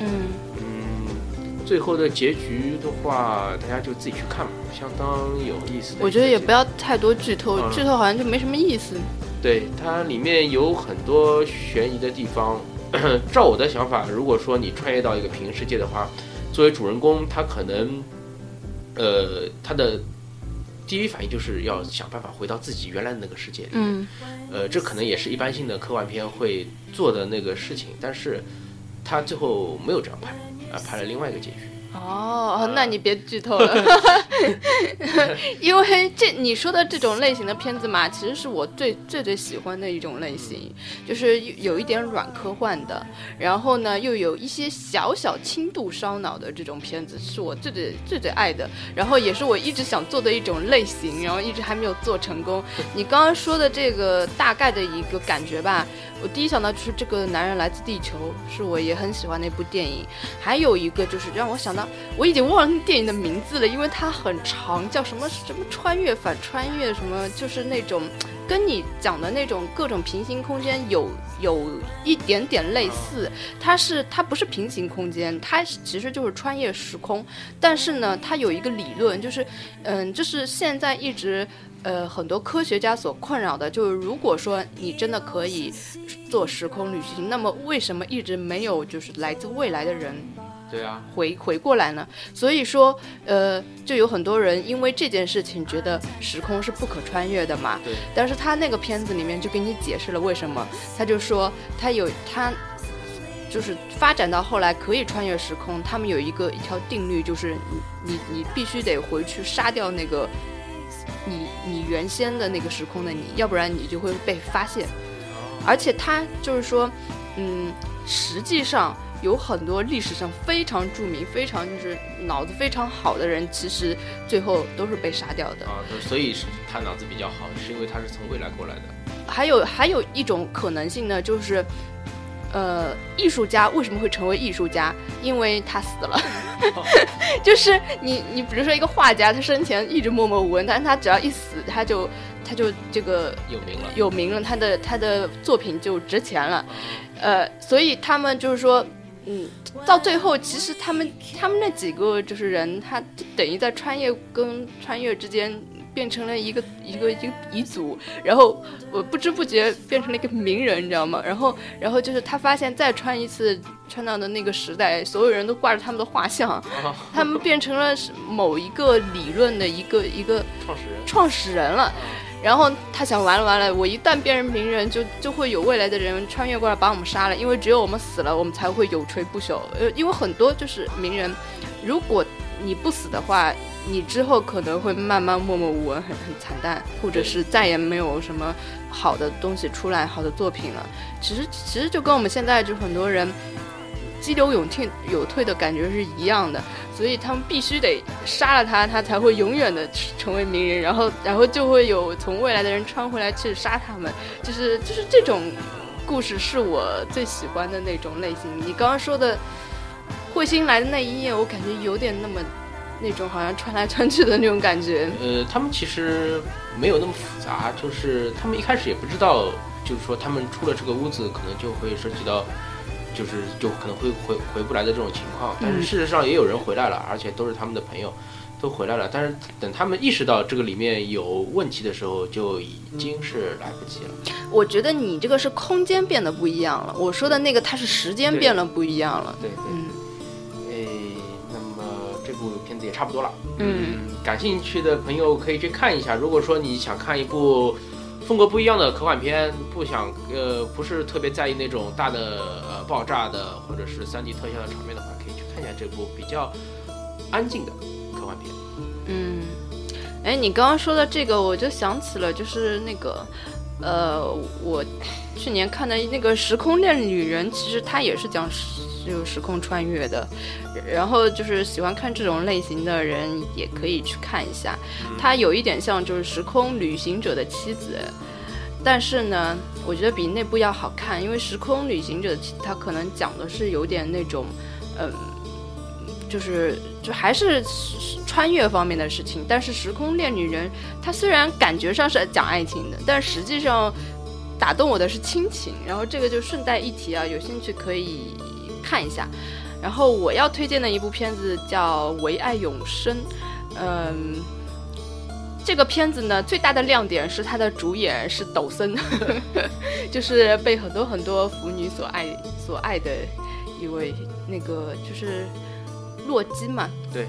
Speaker 2: 最后的结局的话，大家就自己去看吧，相当有意思的。
Speaker 3: 我觉得也不要太多剧透，剧透好像就没什么意思。
Speaker 2: 对，它里面有很多悬疑的地方。照我的想法，如果说你穿越到一个平行世界的话，作为主人公，他可能他的第一反应就是要想办法回到自己原来的那个世界里面。这可能也是一般性的科幻片会做的那个事情，但是他最后没有这样拍，拍了另外一个结局。
Speaker 3: 那你别剧透了，因为你说的这种类型的片子嘛，其实是我最喜欢的一种类型，就是有一点软科幻的，然后呢又有一些小轻度烧脑的这种片子，是我最爱的，然后也是我一直想做的一种类型，然后一直还没有做成功。你刚刚说的这个大概的一个感觉吧，我第一想到就是这个男人来自地球，是我也很喜欢那部电影。还有一个就是让我想到，我已经忘了电影的名字了，因为它很长，叫什么穿越反穿越什么，就是那种跟你讲的那种各种平行空间有一点点类似。它不是平行空间，它其实就是穿越时空，但是呢它有一个理论，就是就是现在一直很多科学家所困扰的，就是如果说你真的可以做时空旅行，那么为什么一直没有就是来自未来的人
Speaker 2: 对啊
Speaker 3: 回过来呢？所以说就有很多人因为这件事情觉得时空是不可穿越的嘛。
Speaker 2: 对，
Speaker 3: 但是他那个片子里面就给你解释了为什么，他就说他就是发展到后来可以穿越时空，他们有一条定律，就是你必须得回去杀掉那个你原先的那个时空的你，要不然你就会被发现。而且他就是说，实际上有很多历史上非常著名、非常就是脑子非常好的人，其实最后都是被杀掉的
Speaker 2: 啊。所以他脑子比较好，是因为他是从未来过来的。
Speaker 3: 还有一种可能性呢，就是艺术家为什么会成为艺术家？因为他死了。就是你比如说一个画家，他生前一直默默无闻，但是他只要一死，他就这个有名了，他的作品就值钱了。所以他们就是说，到最后其实他们那几个就是人，他等于在穿越跟穿越之间变成了一个遗族，然后我不知不觉变成了一个名人，你知道吗？然后就是他发现再穿一次，穿到的那个时代，所有人都挂着他们的画像，他们变成了某一个理论的一个创始人了。然后他想完了，我一旦变成名人，就会有未来的人穿越过来把我们杀了，因为只有我们死了，我们才会有垂不朽。因为很多就是名人，如果你不死的话，你之后可能会慢慢默默无闻，很惨淡，或者是再也没有什么好的东西出来，好的作品了。其实就跟我们现在就很多人激流勇退的感觉是一样的，所以他们必须得杀了他才会永远的成为名人，然后就会有从未来的人穿回来去杀他们，就是这种故事是我最喜欢的那种类型。你刚刚说的彗星来的那一夜，我感觉有点那种好像穿来穿去的那种感觉。
Speaker 2: 他们其实没有那么复杂，就是他们一开始也不知道，就是说他们出了这个屋子，可能就会涉及到，就可能会回不来的这种情况。但是事实上也有人回来了，而且都是他们的朋友，都回来了。但是等他们意识到这个里面有问题的时候，就已经是来不及了。
Speaker 3: 我觉得你这个是空间变得不一样了，我说的那个它是时间变了不一样了。
Speaker 2: 对。那么这部片子也差不多了。感兴趣的朋友可以去看一下。如果说你想看一部风格不一样的科幻片，不是特别在意那种大的爆炸的或者是 3D 特效的场面的话，可以去看一下这部比较安静的科幻片。
Speaker 3: 你刚刚说的这个，我就想起了就是那个我去年看的那个《时空恋旅人》，其实它也是讲有时空穿越的，然后就是喜欢看这种类型的人也可以去看一下。它有一点像就是《时空旅行者的妻子》，但是呢，我觉得比那部要好看，因为《时空旅行者》它可能讲的是有点那种，就还是穿越方面的事情，但是《时空恋旅人》它虽然感觉上是讲爱情的，但实际上打动我的是亲情。然后这个就顺带一提啊，有兴趣可以看一下。然后我要推荐的一部片子叫《唯爱永生》。这个片子呢，最大的亮点是它的主演是抖森，就是被很多腐女所爱的一位，那个就是洛基嘛。
Speaker 2: 对。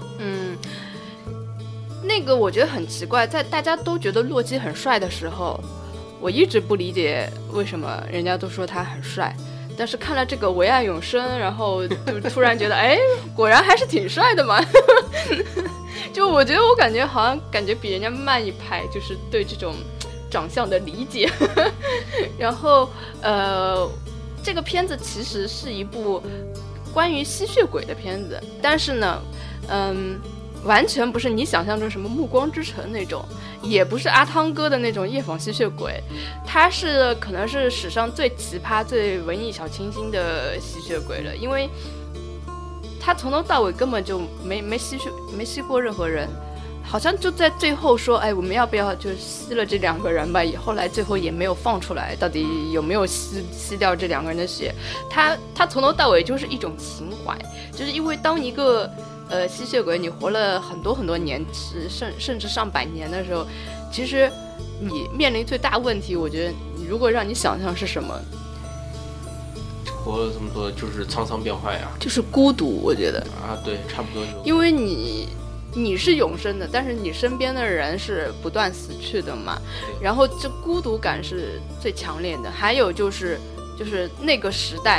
Speaker 3: 那个我觉得很奇怪，在大家都觉得洛基很帅的时候，我一直不理解为什么人家都说他很帅，但是看了这个《唯爱永生》，然后就突然觉得果然还是挺帅的嘛。就我觉得我感觉比人家慢一拍，就是对这种长相的理解。然后这个片子其实是一部关于吸血鬼的片子，但是呢完全不是你想象中什么暮光之城那种，也不是阿汤哥的那种夜访吸血鬼，它是可能是史上最奇葩最文艺小清新的吸血鬼了。因为他从头到尾根本就没吸过任何人，好像就在最后说我们要不要就吸了这2个人吧，后来最后也没有放出来到底有没有吸掉这2个人的血。他从头到尾就是一种情怀，就是因为当一个吸血鬼你活了很多年，甚至上百年的时候，其实你面临最大问题，我觉得如果让你想象是什么，
Speaker 2: 活了这么多就是沧桑变幻呀，
Speaker 3: 就是孤独。我觉得
Speaker 2: 对，差不多就
Speaker 3: 因为你是永生的，但是你身边的人是不断死去的嘛，然后这孤独感是最强烈的。还有就是那个时代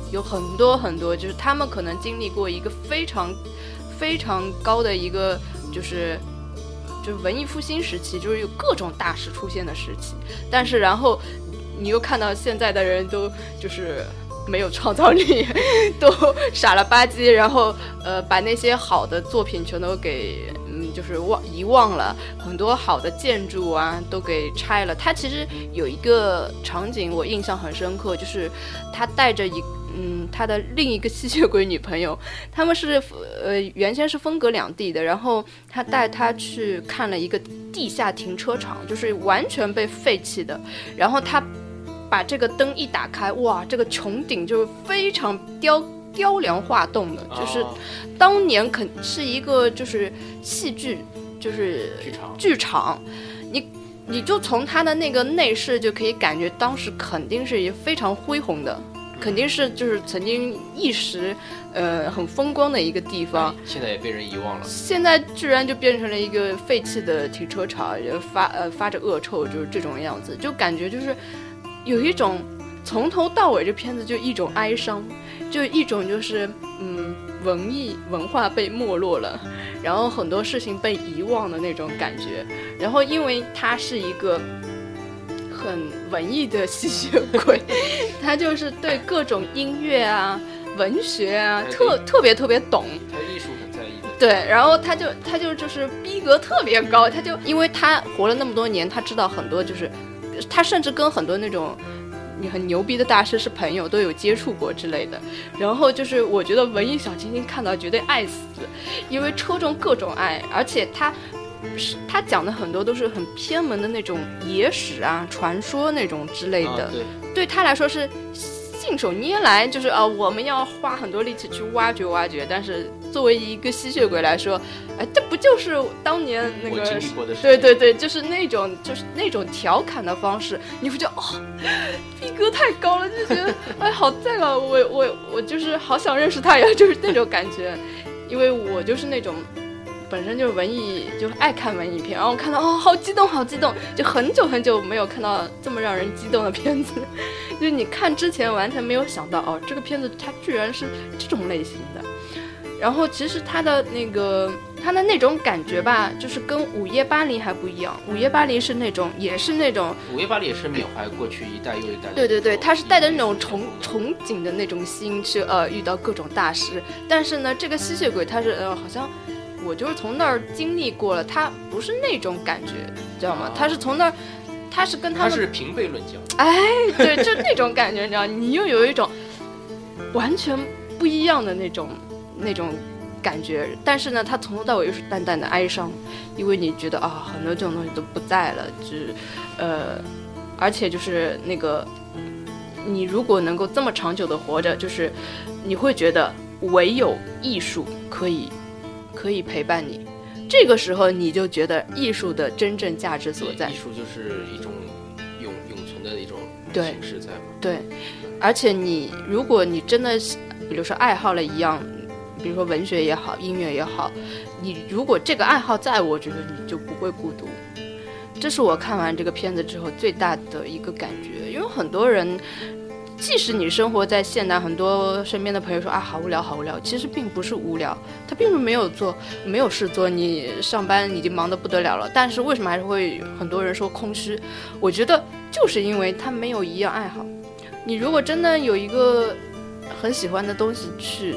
Speaker 3: 有很多很多，就是他们可能经历过一个非常非常高的一个就是文艺复兴时期，就是有各种大师出现的时期，但是然后你又看到现在的人都就是没有创造力，都傻了吧唧，然后把那些好的作品全都给就是遗忘了，很多好的建筑啊都给拆了。他其实有一个场景我印象很深刻，就是他带着他的另一个吸血鬼女朋友，他们是原先是分隔两地的，然后他带她去看了一个地下停车场，就是完全被废弃的，然后他把这个灯一打开，哇，这个穹顶就是非常雕梁画栋的，就是当年是一个就是戏剧，就是剧场，你就从它的那个内饰就可以感觉当时肯定是一非常恢宏的，肯定是就是曾经一时很风光的一个地方，
Speaker 2: 现在也被人遗忘了，
Speaker 3: 现在居然就变成了一个废弃的停车场，发着恶臭，就是这种样子，就感觉就是有一种从头到尾这片子就一种哀伤，就一种就是文化被没落了，然后很多事情被遗忘的那种感觉。然后因为它是一个很文艺的吸血鬼，他就是对各种音乐啊、文学啊特别懂，
Speaker 2: 他艺术很在意的。
Speaker 3: 对，然后他就是逼格特别高，他就因为他活了那么多年，他知道很多，就是他甚至跟很多那种很牛逼的大师是朋友，都有接触过之类的。然后就是我觉得文艺小清新看到绝对爱死，因为戳中各种爱，而且他讲的很多都是很偏门的那种野史啊、传说那种之类的，对他来说是信手拈来，就是我们要花很多力气去挖掘，但是作为一个吸血鬼来说，这不就是当年那个
Speaker 2: 经历过的事情？
Speaker 3: 对，就是那种调侃的方式，你会觉得逼格太高了，就觉得好赞啊！我就是好想认识他呀，就是那种感觉，因为我就是那种本身就是文艺，就爱看文艺片，然后看到好激动，就很久没有看到这么让人激动的片子，就是你看之前完全没有想到这个片子它居然是这种类型的。然后其实它的那种感觉吧，就是跟午夜巴黎还不一样。午夜巴黎是那种也是那种，
Speaker 2: 午夜巴黎也是缅怀过去一代又一代
Speaker 3: 的，对，它是带着那种憧憬的那种心去遇到各种大师。但是呢，这个吸血鬼它是好像我就是从那儿经历过了，它不是那种感觉，知道吗？它是从那儿，它是跟他们，
Speaker 2: 它是平辈论教，
Speaker 3: 对，就那种感觉，你知道，你又有一种完全不一样的那种感觉，但是呢，它从头到尾又是淡淡的哀伤，因为你觉得很多这种东西都不在了，就是而且就是那个，你如果能够这么长久的活着，就是你会觉得唯有艺术可以陪伴你，这个时候你就觉得艺术的真正价值所在。
Speaker 2: 艺术就是一种永存的一种形式在嘛。
Speaker 3: 对，而且如果你真的比如说爱好了一样，比如说文学也好，音乐也好，你如果这个爱好在，我觉得你就不会孤独。这是我看完这个片子之后最大的一个感觉，因为很多人即使你生活在现代，很多身边的朋友说好无聊，其实并不是无聊，他并不是没有事做，你上班已经忙得不得了了，但是为什么还是会很多人说空虚？我觉得就是因为他没有一样爱好。你如果真的有一个很喜欢的东西去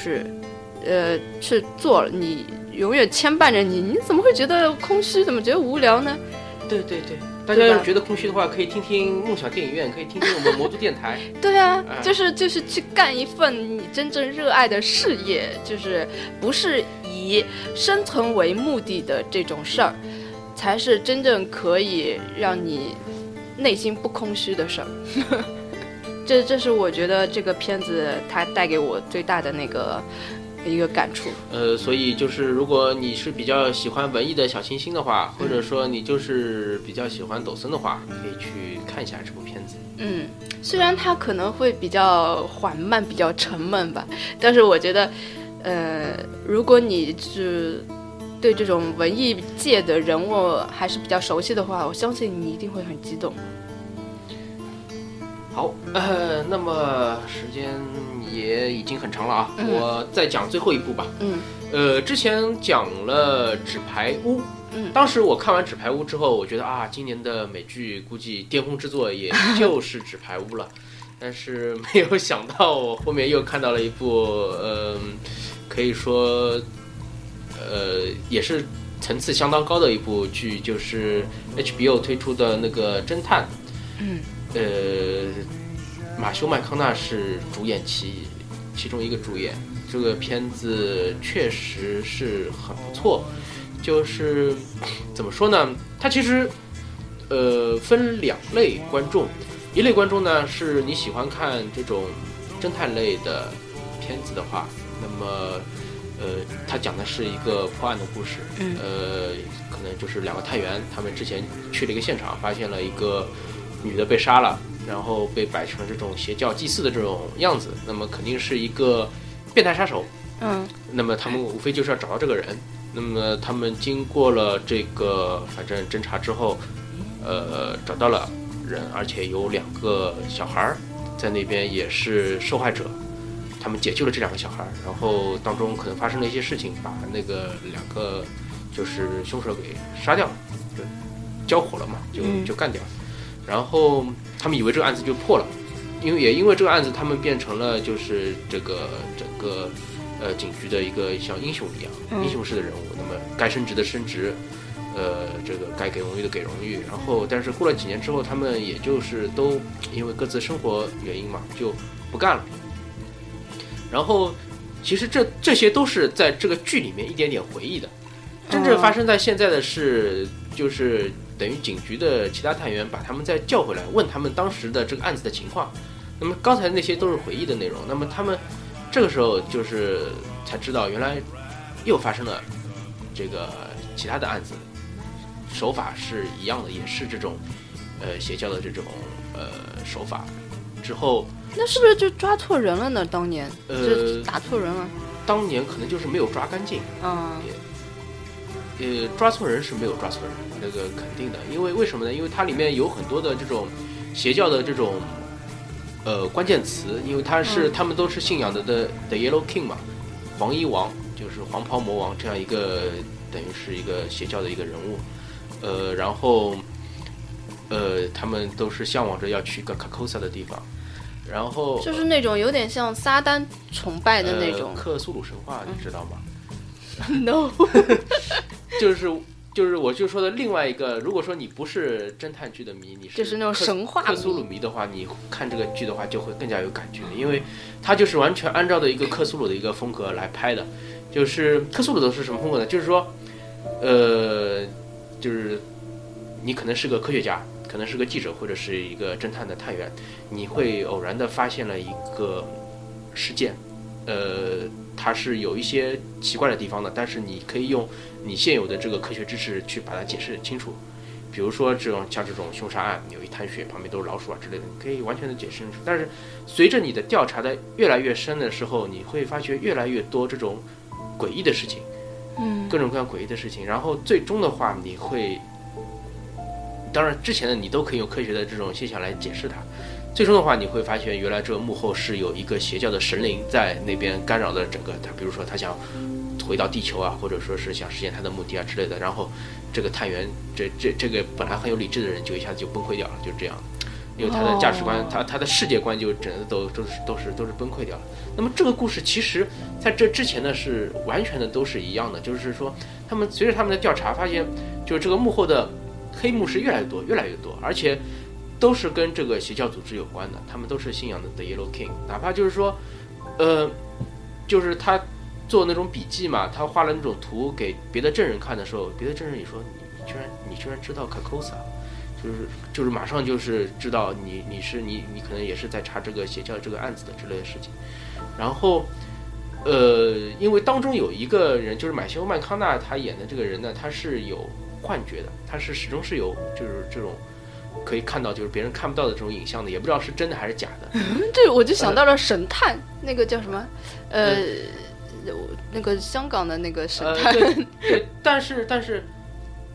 Speaker 3: 做了，你永远牵绊着你怎么会觉得空虚，怎么觉得无聊呢？
Speaker 2: 对，大家要是觉得空虚的话，可以听听梦想电影院，可以听听我们魔都电台。
Speaker 3: 对啊，就是去干一份你真正热爱的事业，就是不是以生存为目的的这种事儿，才是真正可以让你内心不空虚的事儿。这是我觉得这个片子它带给我最大的那个一个感触。
Speaker 2: 所以就是如果你是比较喜欢文艺的小清新的话，或者说你就是比较喜欢抖森的话，可以去看一下这部片子。
Speaker 3: 虽然它可能会比较缓慢，比较沉闷吧，但是我觉得如果你是对这种文艺界的人物还是比较熟悉的话，我相信你一定会很激动。
Speaker 2: 好，那么时间也已经很长了啊，我再讲最后一部吧。之前讲了《纸牌屋》，当时我看完《纸牌屋》之后，我觉得啊，今年的美剧估计巅峰之作也就是《纸牌屋》了。但是没有想到，我后面又看到了一部，可以说，也是层次相当高的一部剧，就是 HBO 推出的那个侦探。马修麦康纳是主演其中一个主演。这个片子确实是很不错，就是怎么说呢？它其实分两类观众，一类观众呢是你喜欢看这种侦探类的片子的话，那么它讲的是一个破案的故事，可能就是两个探员，他们之前去了一个现场，发现了一个女的被杀了，然后被摆成了这种邪教祭祀的这种样子，那么肯定是一个变态杀手，那么他们无非就是要找到这个人，那么他们经过了这个反正侦查之后，找到了人，而且有2个小孩在那边也是受害者，他们解救了这2个小孩，然后当中可能发生了一些事情，把那个2个就是凶手给杀掉了，就交火了嘛，就干掉了，然后他们以为这个案子就破了。因为这个案子，他们变成了就是这个整个警局的一个像英雄一样，英雄式的人物。那么该升职的升职，这个该给荣誉的给荣誉。然后，但是过了几年之后，他们也就是都因为各自生活原因嘛，就不干了。然后，其实这些都是在这个剧里面一点点回忆的。真正发生在现在的是，就是等于警局的其他探员把他们再叫回来，问他们当时的这个案子的情况。那么刚才那些都是回忆的内容，那么他们这个时候就是才知道，原来又发生了这个其他的案子，手法是一样的，也是这种邪教的这种手法。之后
Speaker 3: 那是不是就抓错人了呢？当年就打错人了。
Speaker 2: 当年可能就是没有抓干净。抓错人是没有抓错人，这个肯定的。因为为什么呢？因为它里面有很多的这种邪教的这种关键词，因为他们都是信仰的 Yellow King 嘛，黄衣王就是黄袍魔王这样一个等于是一个邪教的一个人物，然后他们都是向往着要去一个 Carcosa 的地方，然后
Speaker 3: 就是那种有点像撒旦崇拜的那种
Speaker 2: 克苏鲁神话，你知道吗
Speaker 3: ？No
Speaker 2: 就是我就说的另外一个，如果说你不是侦探剧的迷，你是
Speaker 3: 就是那种神话
Speaker 2: 克苏鲁迷的话，你看这个剧的话就会更加有感觉，因为它就是完全按照的一个克苏鲁的一个风格来拍的。就是克苏鲁的是什么风格呢？就是说，就是你可能是个科学家，可能是个记者，或者是一个侦探的探员，你会偶然的发现了一个事件，它是有一些奇怪的地方的，但是你可以用你现有的这个科学知识去把它解释清楚。比如说像这种凶杀案，有一滩血，旁边都是老鼠啊之类的，你可以完全的解释清楚。但是随着你的调查的越来越深的时候，你会发觉越来越多这种诡异的事情，各种各样诡异的事情。然后最终的话，你会，当然之前的你都可以用科学的这种现象来解释它。最终的话，你会发现原来这个幕后是有一个邪教的神灵在那边干扰的整个他，比如说他想回到地球啊，或者说是想实现他的目的啊之类的。然后这个探员这个本来很有理智的人就一下子就崩溃掉了，就这样，因为他的价值观，他的世界观就整个都是崩溃掉了。那么这个故事其实在这之前呢是完全的都是一样的，就是说他们随着他们的调查发现，就是这个幕后的黑幕是越来越多，而且都是跟这个邪教组织有关的，他们都是信仰的 The Yellow King， 哪怕就是说，就是他做那种笔记嘛，他画了那种图给别的证人看的时候，别的证人也说你居然知道 Carcosa， 就是马上就是知道你可能也是在查这个邪教这个案子的之类的事情。然后因为当中有一个人就是马修麦康纳他演的这个人呢，他是有幻觉的，他是始终是有就是这种可以看到就是别人看不到的这种影像的，也不知道是真的还是假的。
Speaker 3: 对，我就想到了神探，那个叫什么那个香港的那个神探。
Speaker 2: 对，但是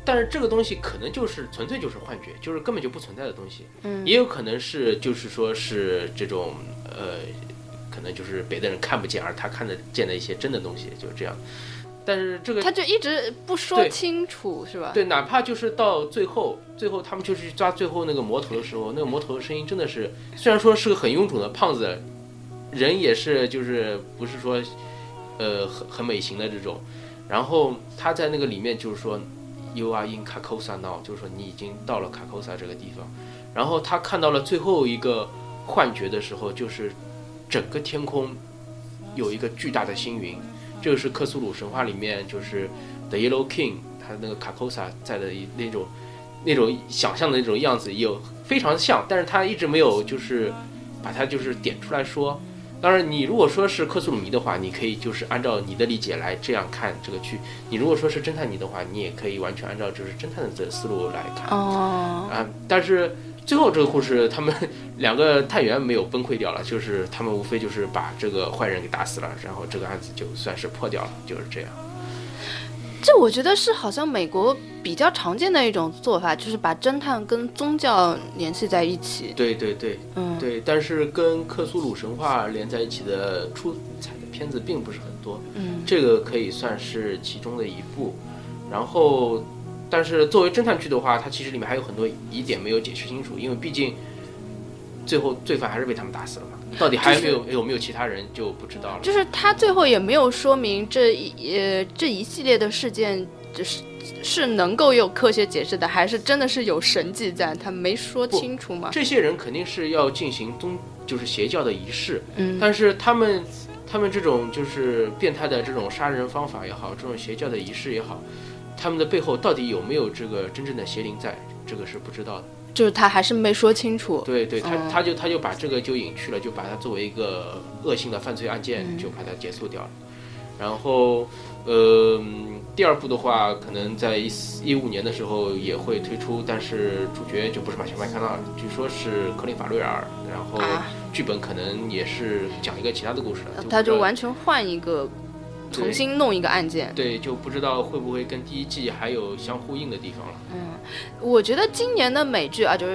Speaker 2: 但是这个东西可能就是纯粹就是幻觉，就是根本就不存在的东西。也有可能是就是说是这种可能就是别的人看不见，而他看得见的一些真的东西，就是这样。但是这个
Speaker 3: 他就一直不说清楚，是吧？
Speaker 2: 对，哪怕就是到最后他们就去抓最后那个魔头的时候，那个魔头的声音真的是，虽然说是个很臃肿的胖子，人也是就是不是说很美型的这种，然后他在那个里面就是说 You are in Carcosa now， 就是说你已经到了卡科萨这个地方，然后他看到了最后一个幻觉的时候，就是整个天空有一个巨大的星云。这个是克苏鲁神话里面就是 The Yellow King 他那个卡科萨在的那种想象的那种样子，有非常像，但是他一直没有就是把它就是点出来说。当然你如果说是克苏鲁迷的话，你可以就是按照你的理解来这样看这个剧，你如果说是侦探迷的话，你也可以完全按照就是侦探的这个思路来看。但是最后这个故事他们两个探员没有崩溃掉了，就是他们无非就是把这个坏人给打死了，然后这个案子就算是破掉了，就是这样。
Speaker 3: 这我觉得是好像美国比较常见的一种做法，就是把侦探跟宗教联系在一起。
Speaker 2: 对对对，对，但是跟克苏鲁神话连在一起的出彩的片子并不是很多，这个可以算是其中的一部。然后但是作为侦探剧的话，它其实里面还有很多疑点没有解释清楚，因为毕竟最后罪犯还是被他们打死了嘛，到底还有没有其他人就不知道了。
Speaker 3: 就是他最后也没有说明这一系列的事件是能够有科学解释的，还是真的是有神迹在，他没说清楚嘛。
Speaker 2: 这些人肯定是要进行就是邪教的仪式，但是他们这种就是变态的这种杀人方法也好，这种邪教的仪式也好，他们的背后到底有没有这个真正的邪灵在，这个是不知道的。
Speaker 3: 就是他还是没说清楚。
Speaker 2: 对对，他就把这个就隐去了，就把它作为一个恶性的犯罪案件，就把它结束掉了。然后第二部的话，可能在15年的时候也会推出，但是主角就不是马修麦康纳，据说是科林法瑞尔，然后剧本可能也是讲一个其他的故事了。
Speaker 3: 他就完全换一个。重新弄一个案件，
Speaker 2: 对，就不知道会不会跟第一季还有相呼应的地方了。
Speaker 3: 我觉得今年的美剧啊，就是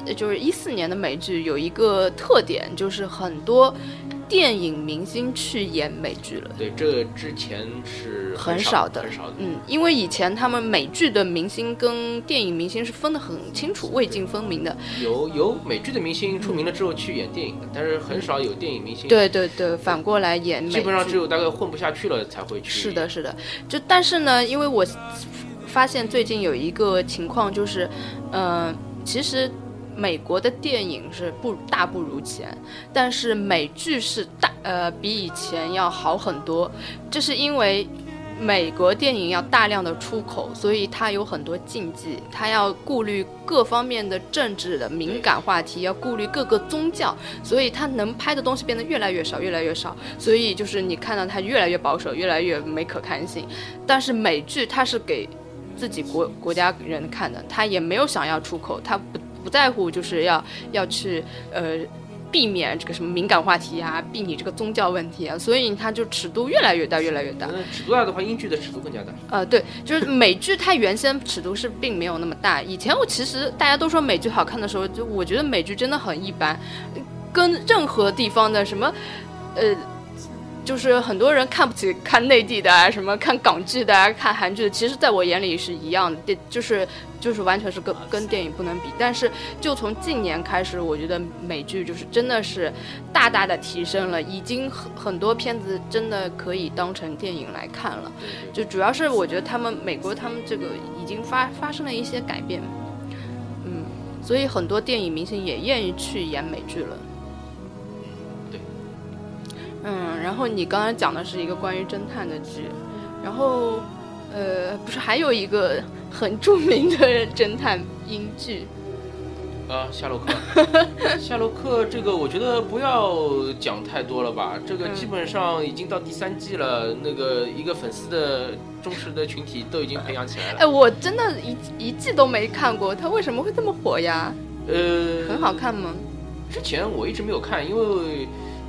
Speaker 3: 14年的美剧有一个特点，就是很多电影明星去演美剧了。
Speaker 2: 对，这之前是
Speaker 3: 很少的。因为以前他们美剧的明星跟电影明星是分得很清楚，未尽分明的。
Speaker 2: 有美剧的明星出名了之后去演电影的，但是很少有电影明星。
Speaker 3: 对对对，反过来演美剧，
Speaker 2: 基本上只有大概混不下去了才会去。
Speaker 3: 是的，是的。但是呢，因为我发现最近有一个情况，就是其实美国的电影是大不如前，但是美剧是比以前要好很多。这是因为美国电影要大量的出口，所以它有很多禁忌，它要顾虑各方面的政治的敏感话题，要顾虑各个宗教，所以它能拍的东西变得越来越少，越来越少。所以就是你看到它越来越保守，越来越没可看性。但是美剧它是给自己国家人看的，它也没有想要出口，它不在乎就是要去避免这个什么敏感话题啊，避你这个宗教问题啊，所以它就尺度越来越大，越来越大。
Speaker 2: 尺度大的话，英剧的尺度更加大。
Speaker 3: 对，就是美剧它原先尺度是并没有那么大。以前其实大家都说美剧好看的时候，就我觉得美剧真的很一般，跟任何地方的什么就是很多人看不起看内地的啊，什么看港剧的啊，看韩剧的，其实在我眼里是一样的，就是完全是跟电影不能比。但是就从近年开始，我觉得美剧就是真的是大大的提升了，已经很多片子真的可以当成电影来看了。就主要是我觉得美国他们这个已经发生了一些改变，所以很多电影明星也愿意去演美剧了。然后你刚刚讲的是一个关于侦探的剧，然后不是还有一个很著名的侦探英剧
Speaker 2: 夏洛克。夏洛克这个我觉得不要讲太多了吧，这个基本上已经到第3季了，那个一个粉丝的忠实的群体都已经培养起来了。
Speaker 3: 我真的一季都没看过，它为什么会这么火呀？很好看吗？
Speaker 2: 之前我一直没有看，因为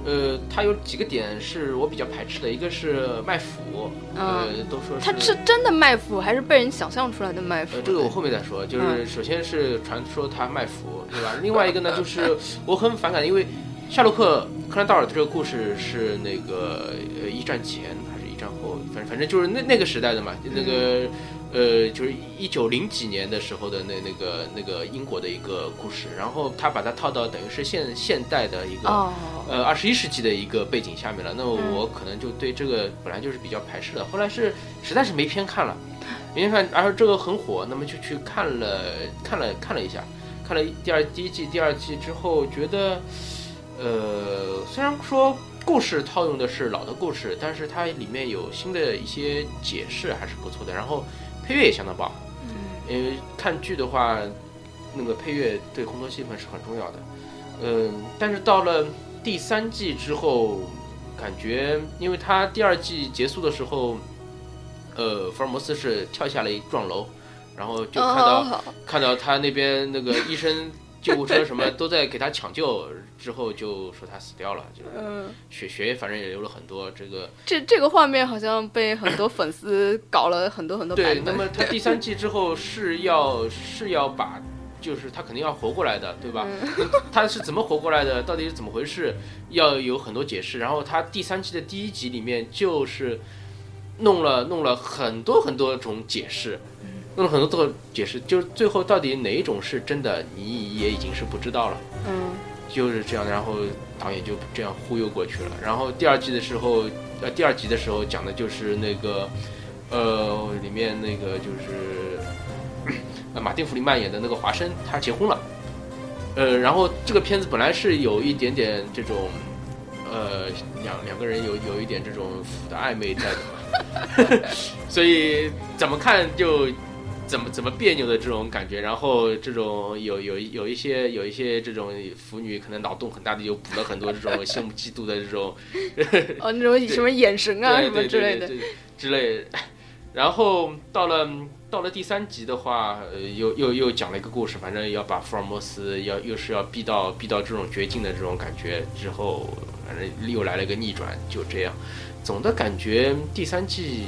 Speaker 2: 它有几个点是我比较排斥的，一个是卖腐，都说是
Speaker 3: 它是真的卖腐还是被人想象出来的卖腐？
Speaker 2: 这个我后面再说。就是首先是传说它卖腐，对吧？另外一个呢，就是我很反感，因为夏洛克·克兰道尔的这个故事是那个一战前还是一战后，反正就是那个时代的嘛，那个。就是1900几年的时候的那个英国的一个故事，然后他把它套到等于是现代的一个21世纪的一个背景下面了。那我可能就对这个本来就是比较排斥的，后来是实在是没片看了，而且这个很火，那么就去看了一下，看了第一季、第二季之后，觉得虽然说故事套用的是老的故事，但是它里面有新的一些解释，还是不错的。然后配乐也相当棒，因为看剧的话，那个配乐对烘托气氛是很重要的。但是到了第3季之后，感觉因为它第2季结束的时候，福尔摩斯是跳下了一幢楼，然后就看到他那边那个医生。救护车什么都在给他抢救，之后就说他死掉了，就是血反正也流了很多。
Speaker 3: 这个画面好像被很多粉丝搞了很多版本。
Speaker 2: 对，那么他第3季之后是要把，就是他肯定要活过来的，对吧？他是怎么活过来的？到底是怎么回事？要有很多解释。然后他第3季的第1集里面就是弄了很多种解释。弄了很多解释，就是最后到底哪一种是真的，你也已经是不知道了。就是这样，然后导演就这样忽悠过去了。然后第2集的时候讲的就是那个，里面那个就是马丁·弗里曼演的那个华生，他结婚了。然后这个片子本来是有一点点这种，两个人有一点这种腐的暧昧在的嘛，所以怎么看就。怎么别扭的这种感觉，然后这种有一些这种腐女可能脑洞很大的，就补了很多这种羡慕嫉妒的这种
Speaker 3: 那种什么眼神啊什么之类的
Speaker 2: 之类。然后到了第3集的话，又讲了一个故事，反正要把福尔摩斯又是要逼到这种绝境的这种感觉之后，反正又来了一个逆转，就这样。总的感觉第3季，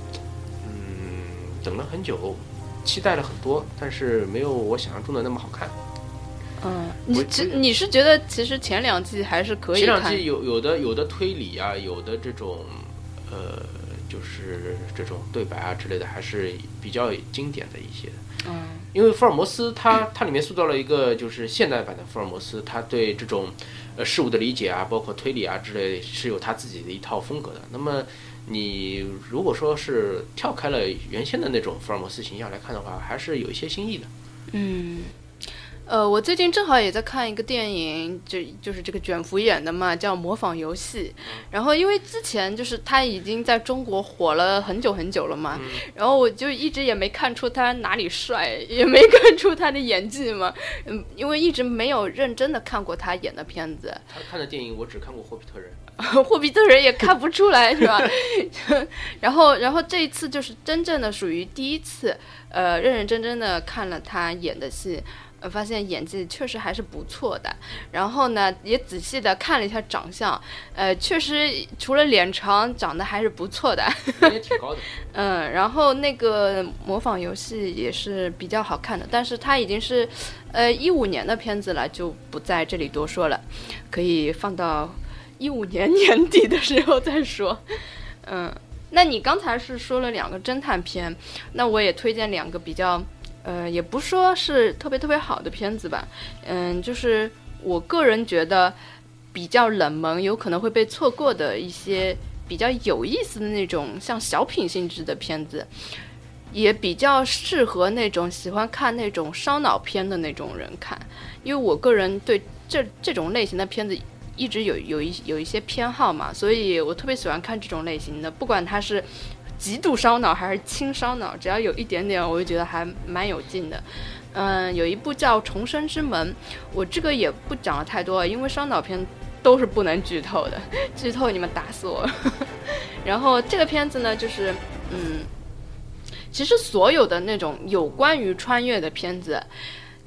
Speaker 2: 等了很久。期待了很多，但是没有我想象中的那么好看。
Speaker 3: 你是觉得其实前2季还是可以看？
Speaker 2: 前2季有的推理啊，有的这种就是这种对白啊之类的，还是比较经典的一些的。因为福尔摩斯它里面塑造了一个就是现代版的福尔摩斯，他对这种事物的理解啊，包括推理啊之类，是有他自己的一套风格的。那么你如果说是跳开了原先的那种福尔摩斯形象来看的话，还是有一些新意的。
Speaker 3: 我最近正好也在看一个电影，就是这个卷福演的嘛，叫《模仿游戏》。然后因为之前就是他已经在中国火了很久很久了嘛，然后我就一直也没看出他哪里帅，也没看出他的演技嘛，因为一直没有认真的看过他演的片子。
Speaker 2: 他看的电影我只看过《霍比特人》。
Speaker 3: 霍比特人也看不出来是吧？然后这一次就是真正的属于第一次，认认真真的看了他演的戏。发现演技确实还是不错的，然后呢，也仔细的看了一下长相，确实除了脸长，长得还是不错的，
Speaker 2: 也挺高的。
Speaker 3: 然后那个模仿游戏也是比较好看的，但是它已经是15年的片子了，就不在这里多说了，可以放到15年年底的时候再说。那你刚才是说了2个侦探片，那我也推荐2个比较。也不说是特别好的片子吧，就是我个人觉得比较冷门，有可能会被错过的一些比较有意思的那种像小品性质的片子，也比较适合那种喜欢看那种烧脑片的那种人看，因为我个人对这种类型的片子一直有一些偏好嘛，所以我特别喜欢看这种类型的，不管它是极度烧脑还是轻烧脑，只要有一点点我就觉得还蛮有劲的。有一部叫《重生之门》，我这个也不讲了太多，因为烧脑片都是不能剧透的，剧透你们打死我。然后这个片子呢，就是其实所有的那种有关于穿越的片子，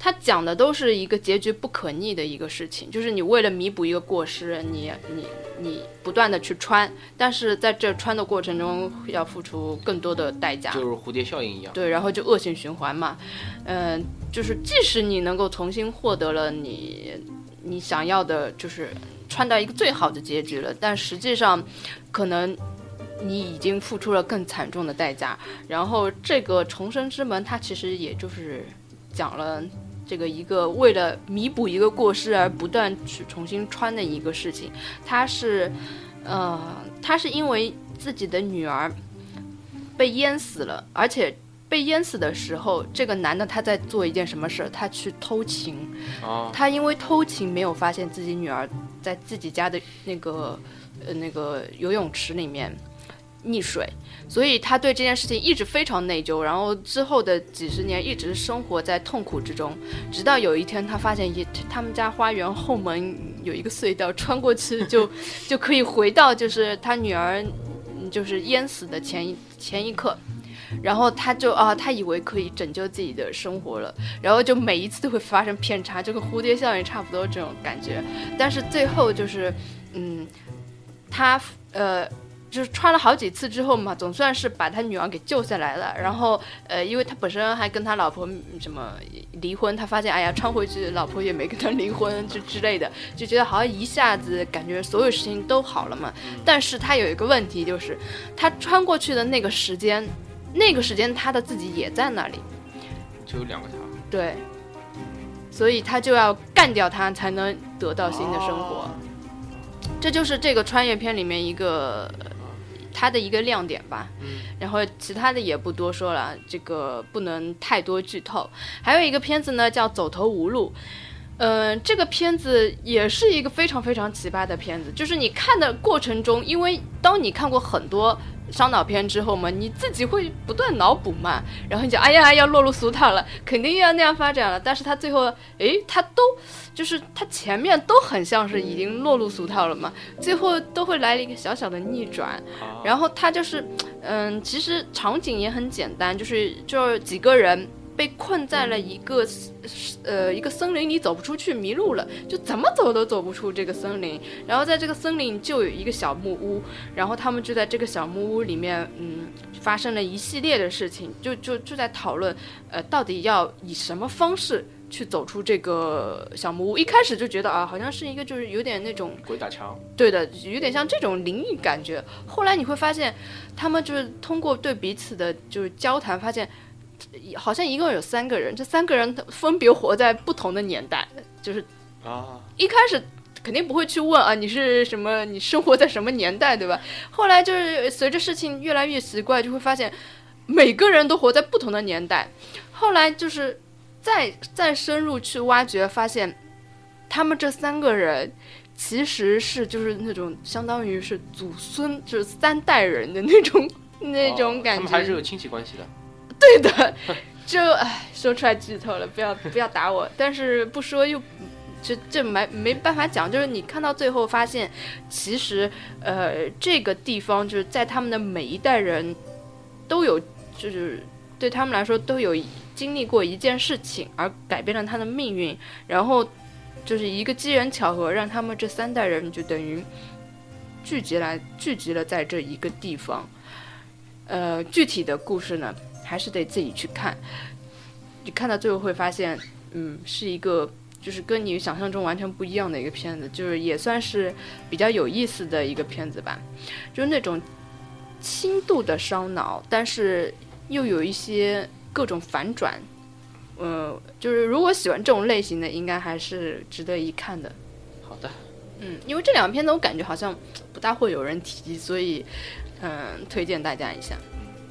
Speaker 3: 它讲的都是一个结局不可逆的一个事情，就是你为了弥补一个过失，你不断的去穿，但是在这穿的过程中要付出更多的代价，
Speaker 2: 就是蝴蝶效应一样。
Speaker 3: 对，然后就恶性循环嘛。就是即使你能够重新获得了你想要的，就是穿到一个最好的结局了，但实际上可能你已经付出了更惨重的代价。然后这个重生之门它其实也就是讲了这个一个为了弥补一个过失而不断去重新穿的一个事情。他是因为自己的女儿被淹死了，而且被淹死的时候，这个男的他在做一件什么事？他去偷情。他因为偷情没有发现自己女儿在自己家的那个游泳池里面溺水，所以他对这件事情一直非常内疚，然后之后的几十年一直生活在痛苦之中，直到有一天他发现他们家花园后门有一个隧道，穿过去就可以回到就是他女儿就是淹死的前一刻。然后他以为可以拯救自己的生活了，然后就每一次都会发生偏差，就跟蝴蝶效应差不多这种感觉。但是最后就是他就是穿了好几次之后嘛，总算是把他女儿给救下来了。然后因为他本身还跟他老婆什么离婚，他发现哎呀穿回去老婆也没跟他离婚就之类的，就觉得好像一下子感觉所有事情都好了嘛。但是他有一个问题，就是他穿过去的那个时间他的自己也在那里，
Speaker 2: 就有2个他。
Speaker 3: 对，所以他就要干掉他才能得到新的生活。这就是这个穿越片里面一个它的一个亮点吧。然后其他的也不多说了，这个不能太多剧透。还有一个片子呢叫走投无路。这个片子也是一个非常非常奇葩的片子，就是你看的过程中，因为当你看过很多烧脑片之后嘛，你自己会不断脑补嘛，然后你就哎呀要落入俗套了，肯定要那样发展了。但是他最后他都就是他前面都很像是已经落入俗套了嘛，最后都会来了一个小小的逆转。然后他就是其实场景也很简单，就是几个人被困在了一个森林里，走不出去，迷路了，就怎么走都走不出这个森林。然后在这个森林就有一个小木屋，然后他们就在这个小木屋里面发生了一系列的事情，就在讨论到底要以什么方式去走出这个小木屋。一开始就觉得好像是一个就是有点那种
Speaker 2: 鬼打墙，
Speaker 3: 对的，有点像这种灵异感觉。后来你会发现他们就是通过对彼此的就是交谈，发现好像一共有3个人，这3个人分别活在不同的年代，就是一开始肯定不会去问你是什么，你生活在什么年代，对吧？后来就是随着事情越来越奇怪，就会发现每个人都活在不同的年代。后来就是再深入去挖掘，发现他们这3个人其实是就是那种相当于是祖孙，就是3代人的那种感觉。他
Speaker 2: 们还是有亲戚关系的。
Speaker 3: 对的，就说出来剧透了，不要打我。但是不说又这没办法讲，就是你看到最后发现，其实这个地方就是在他们的每一代人都有，就是对他们来说都有经历过一件事情而改变了他的命运，然后就是一个机缘巧合，让他们这3代人就等于聚集了在这一个地方。具体的故事呢还是得自己去看，你看到最后会发现是一个就是跟你想象中完全不一样的一个片子，就是也算是比较有意思的一个片子吧，就是那种轻度的烧脑，但是又有一些各种反转。就是如果喜欢这种类型的，应该还是值得一看的。
Speaker 2: 好的。
Speaker 3: 因为这2个片子我感觉好像不大会有人提，所以推荐大家一下。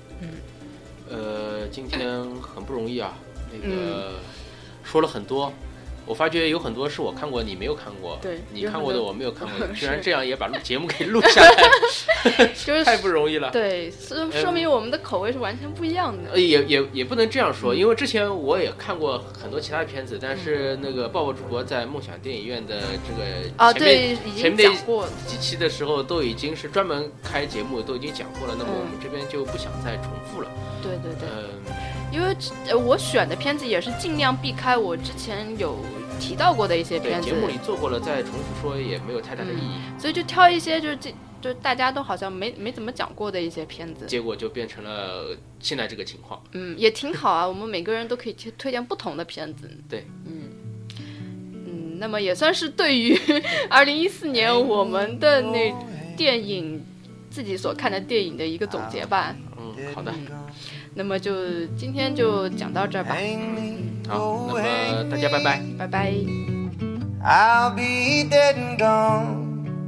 Speaker 2: 今天很不容易啊，说了很多，我发觉有很多是我看过你没有看过，
Speaker 3: 对，
Speaker 2: 你看过的我没有看过，居然这样也把节目给录下来，就是太不容易了。
Speaker 3: 对，说明我们的口味是完全不一样的。
Speaker 2: 也不能这样说，因为之前我也看过很多其他的片子，但是那个抱抱主播在梦想电影院的这个前面几期的时候都已经是专门开节目都已经讲过了，那么我们这边就不想再重复了。
Speaker 3: 对对对。 因为我选的片子也是尽量避开我之前有提到过的一些片子，
Speaker 2: 节目里做过了，再重复说也没有太大的意义，
Speaker 3: 所以就挑一些就大家都好像没怎么讲过的一些片子，
Speaker 2: 结果就变成了现在这个情况。
Speaker 3: 也挺好啊，我们每个人都可以推荐不同的片子。
Speaker 2: 对，
Speaker 3: 那么也算是对于2014年我们的那电影自己所看的电影的一个总结吧。
Speaker 2: 好的。
Speaker 3: 那么就今天就讲到这儿吧。
Speaker 2: 好，那么大家拜拜。
Speaker 3: 拜拜。
Speaker 1: I'll be dead and gone.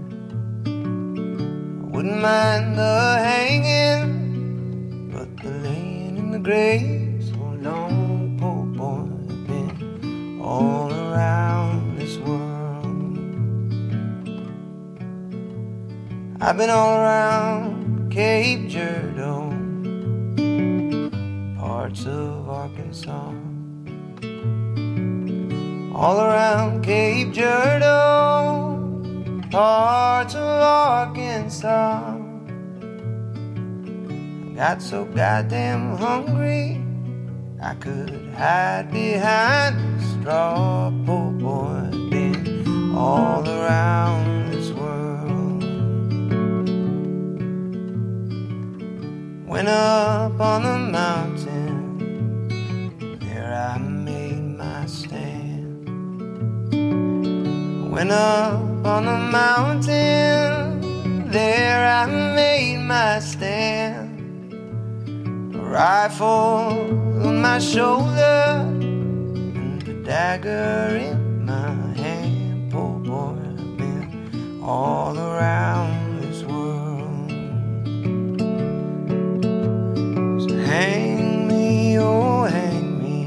Speaker 1: Wouldn't mind the hanging, but the laying in the grave so long. Poor boy, I've been all around this world. I've been all around Cape Girardeau, parts of Arkansas, all around Cape Girardeau, parts of Arkansas. I got so goddamn hungry I could hide behind a straw. Poor boy, been all around this world. Went up on the mountain, there I made my stand. Went up on the mountain, there I made my stand. A rifle on my shoulder and a dagger in my hand. Poor boy, I've been all around this world. So hang me, oh hang me,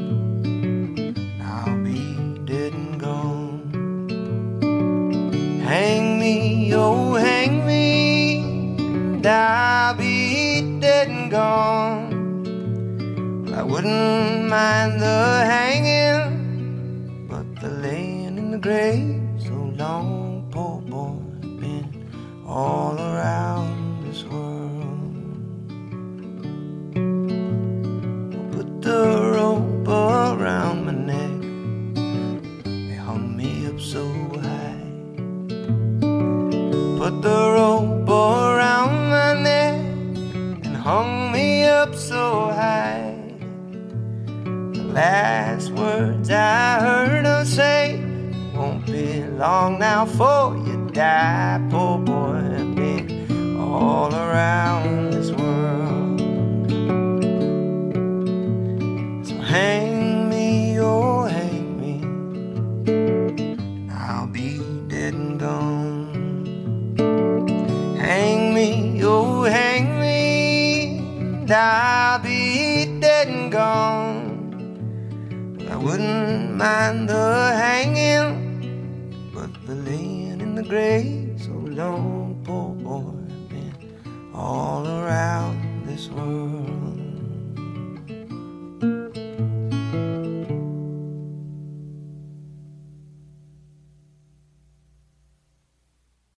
Speaker 1: I'll be dead and gone. Hang me, oh hang me, and I'll be dead and gone. I wouldn't mind the hanging, but the laying in the grave so long. Poor boy, been all around this world. Put the rope around my neck, they hung me up so high. Put the rope around my neck and hung me up so high. The last words I heard her say, won't be long now for you die. Poor boy, I've been all around this world. So hang me, oh hang me, I'll be dead and gone. Hang me, oh hang me, and I'll be dead and gone. I wouldn't mind the hanging, but the laying in the grave so long. Poor boy, I've been all around this world.